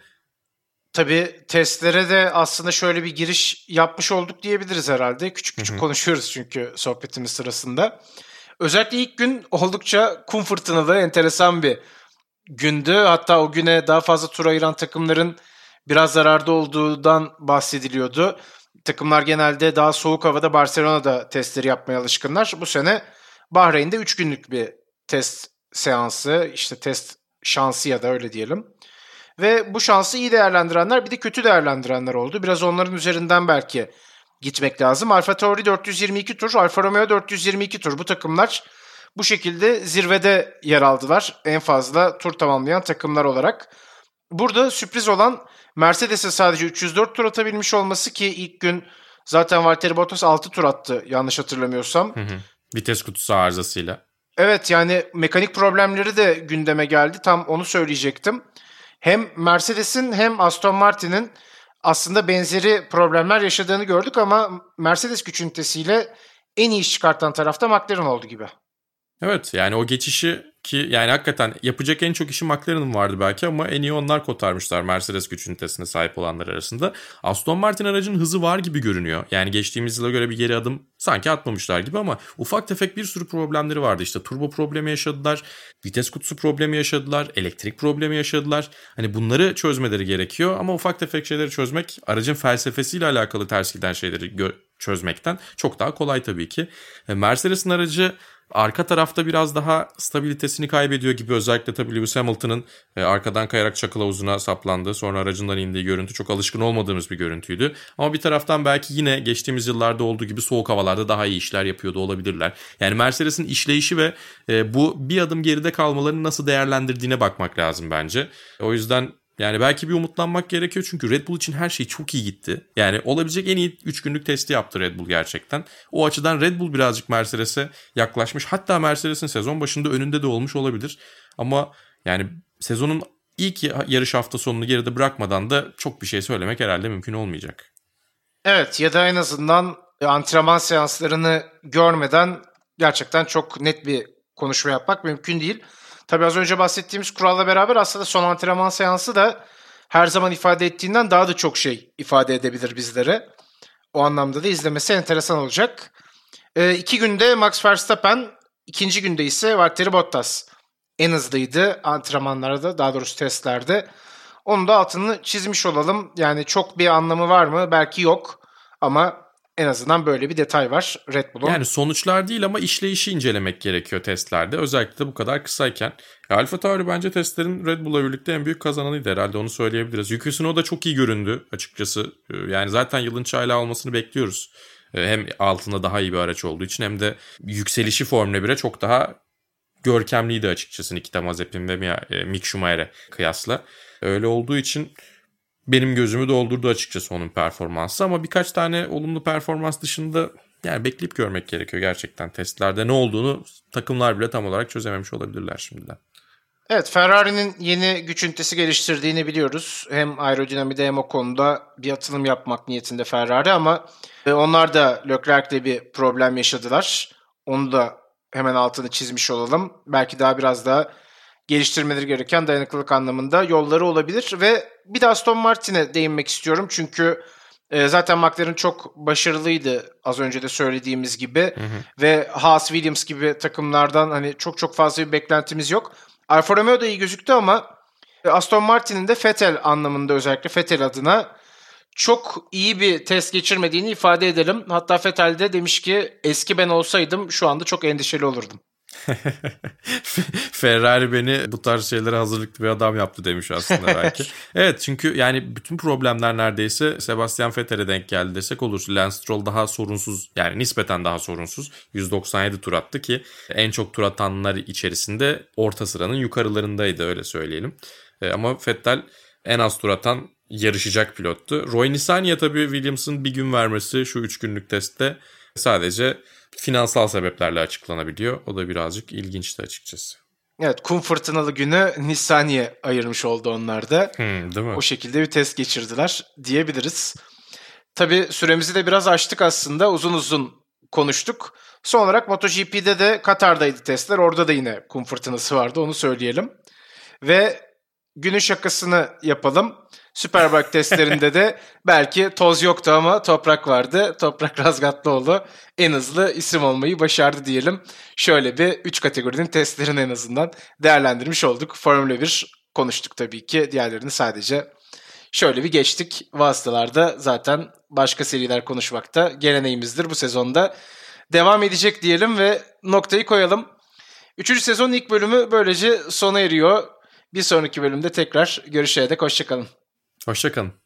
Tabii testlere de aslında şöyle bir giriş yapmış olduk diyebiliriz herhalde. Küçük küçük hı hı. konuşuyoruz çünkü sohbetimiz sırasında. Özellikle ilk gün oldukça kum fırtınalı, enteresan bir gündü. Hatta o güne daha fazla tur ayıran takımların biraz zararda olduğundan bahsediliyordu. Takımlar genelde daha soğuk havada Barcelona'da testleri yapmaya alışkınlar. Bu sene Bahreyn'de üç günlük bir test seansı, işte test şansı ya da öyle diyelim. Ve bu şansı iyi değerlendirenler bir de kötü değerlendirenler oldu. Biraz onların üzerinden belki gitmek lazım. AlphaTauri dört yüz yirmi iki tur, Alfa Romeo dört yüz yirmi iki tur. Bu takımlar bu şekilde zirvede yer aldılar. En fazla tur tamamlayan takımlar olarak. Burada sürpriz olan Mercedes'e sadece üç yüz dört tur atabilmiş olması ki ilk gün zaten Valtteri Bottas altı tur attı yanlış hatırlamıyorsam. Hı hı. Vites kutusu arızasıyla. Evet, yani mekanik problemleri de gündeme geldi. Tam onu söyleyecektim. Hem Mercedes'in hem Aston Martin'in aslında benzeri problemler yaşadığını gördük ama Mercedes güç ünitesiyle en iyi iş çıkartan taraf da McLaren oldu gibi. Evet, yani o geçişi ki yani hakikaten yapacak en çok işi McLaren'ın vardı belki ama en iyi onlar kotarmışlar Mercedes güç ünitesine sahip olanlar arasında. Aston Martin aracının hızı var gibi görünüyor. Yani geçtiğimiz yıla göre bir geri adım sanki atmamışlar gibi ama ufak tefek bir sürü problemleri vardı. İşte turbo problemi yaşadılar, vites kutusu problemi yaşadılar, elektrik problemi yaşadılar. Hani bunları çözmeleri gerekiyor ama ufak tefek şeyleri çözmek aracın felsefesiyle alakalı ters giden şeyleri gö- çözmekten çok daha kolay tabii ki. Mercedes'in aracı arka tarafta biraz daha stabilitesini kaybediyor gibi, özellikle tabii Lewis Hamilton'ın e, arkadan kayarak çakıl havuzuna saplandığı, sonra aracından indiği görüntü çok alışkın olmadığımız bir görüntüydü. Ama bir taraftan belki yine geçtiğimiz yıllarda olduğu gibi soğuk havalarda daha iyi işler yapıyordu olabilirler. Yani Mercedes'in işleyişi ve e, bu bir adım geride kalmalarını nasıl değerlendirdiğine bakmak lazım bence. O yüzden yani belki bir umutlanmak gerekiyor çünkü Red Bull için her şey çok iyi gitti. Yani olabilecek en iyi üç günlük testi yaptı Red Bull gerçekten. O açıdan Red Bull birazcık Mercedes'e yaklaşmış. Hatta Mercedes'in sezon başında önünde de olmuş olabilir. Ama yani sezonun ilk yarış hafta sonunu geride bırakmadan da çok bir şey söylemek herhalde mümkün olmayacak. Evet, ya da en azından antrenman seanslarını görmeden gerçekten çok net bir konuşma yapmak mümkün değil. Tabii az önce bahsettiğimiz kuralla beraber aslında son antrenman seansı da her zaman ifade ettiğinden daha da çok şey ifade edebilir bizlere. O anlamda da izlemesi enteresan olacak. E, iki günde Max Verstappen, ikinci günde ise Valtteri Bottas en hızlıydı antrenmanlarda, daha doğrusu testlerde. Onun da altını çizmiş olalım. Yani çok bir anlamı var mı? Belki yok ama en azından böyle bir detay var Red Bull'un. Yani sonuçlar değil ama işleyişi incelemek gerekiyor testlerde. Özellikle de bu kadar kısayken. AlphaTauri bence testlerin Red Bull'la birlikte en büyük kazananıydı herhalde, onu söyleyebiliriz. Yuki Tsunoda çok iyi göründü açıkçası. Yani zaten yılın çaylağı olmasını bekliyoruz. Hem altında daha iyi bir araç olduğu için hem de yükselişi Formula bire çok daha görkemliydi açıkçası Nikita Mazepin ve Mick Schumacher'e kıyasla. Öyle olduğu için benim gözümü doldurdu açıkçası onun performansı, ama birkaç tane olumlu performans dışında yani bekleyip görmek gerekiyor gerçekten. Testlerde ne olduğunu takımlar bile tam olarak çözememiş olabilirler şimdiden. Evet, Ferrari'nin yeni güç ünitesi geliştirdiğini biliyoruz. Hem aerodinamide hem o konuda bir atılım yapmak niyetinde Ferrari, ama onlar da Leclerc'le bir problem yaşadılar. Onu da hemen altını çizmiş olalım. Belki daha biraz daha geliştirmeleri gereken dayanıklılık anlamında yolları olabilir. Ve bir de Aston Martin'e değinmek istiyorum. Çünkü e, zaten McLaren çok başarılıydı az önce de söylediğimiz gibi. Hı hı. Ve Haas, Williams gibi takımlardan hani çok çok fazla bir beklentimiz yok. Alfa Romeo da iyi gözüktü ama Aston Martin'in de Vettel anlamında, özellikle Vettel adına çok iyi bir test geçirmediğini ifade edelim. Hatta Vettel de demiş ki eski ben olsaydım şu anda çok endişeli olurdum. Ferrari beni bu tarz şeylere hazırlıklı bir adam yaptı demiş aslında belki. Evet, çünkü yani bütün problemler neredeyse Sebastian Vettel'e denk geldi desek olur. Lance Stroll daha sorunsuz, yani nispeten daha sorunsuz yüz doksan yedi tur attı ki en çok tur atanlar içerisinde orta sıranın yukarılarındaydı, öyle söyleyelim. Ama Vettel en az tur atan yarışacak pilottu. Roy Nissany'e tabii Williams'ın bir gün vermesi şu üç günlük testte sadece finansal sebeplerle açıklanabiliyor. O da birazcık ilginçti açıkçası. Evet, kum fırtınalı günü Nissany'e ayırmış oldu onlar da. Hmm, değil mi? O şekilde bir test geçirdiler diyebiliriz. Tabii süremizi de biraz aştık aslında. Uzun uzun konuştuk. Son olarak MotoGP'de de Katar'daydı testler. Orada da yine kum fırtınası vardı, onu söyleyelim. Ve günün şakasını yapalım. Superbike testlerinde de belki toz yoktu ama toprak vardı. Toprak Razgatlıoğlu en hızlı isim olmayı başardı diyelim. Şöyle bir üç kategorinin testlerini en azından değerlendirmiş olduk. Formula bir konuştuk tabii ki. Diğerlerini sadece şöyle bir geçtik. Vasıtalarda zaten başka seriler konuşmakta geleneğimizdir. Bu sezonda devam edecek diyelim ve noktayı koyalım. Üçüncü sezonun ilk bölümü böylece sona eriyor. Bir sonraki bölümde tekrar görüşene dek hoşçakalın. Hoşçakalın.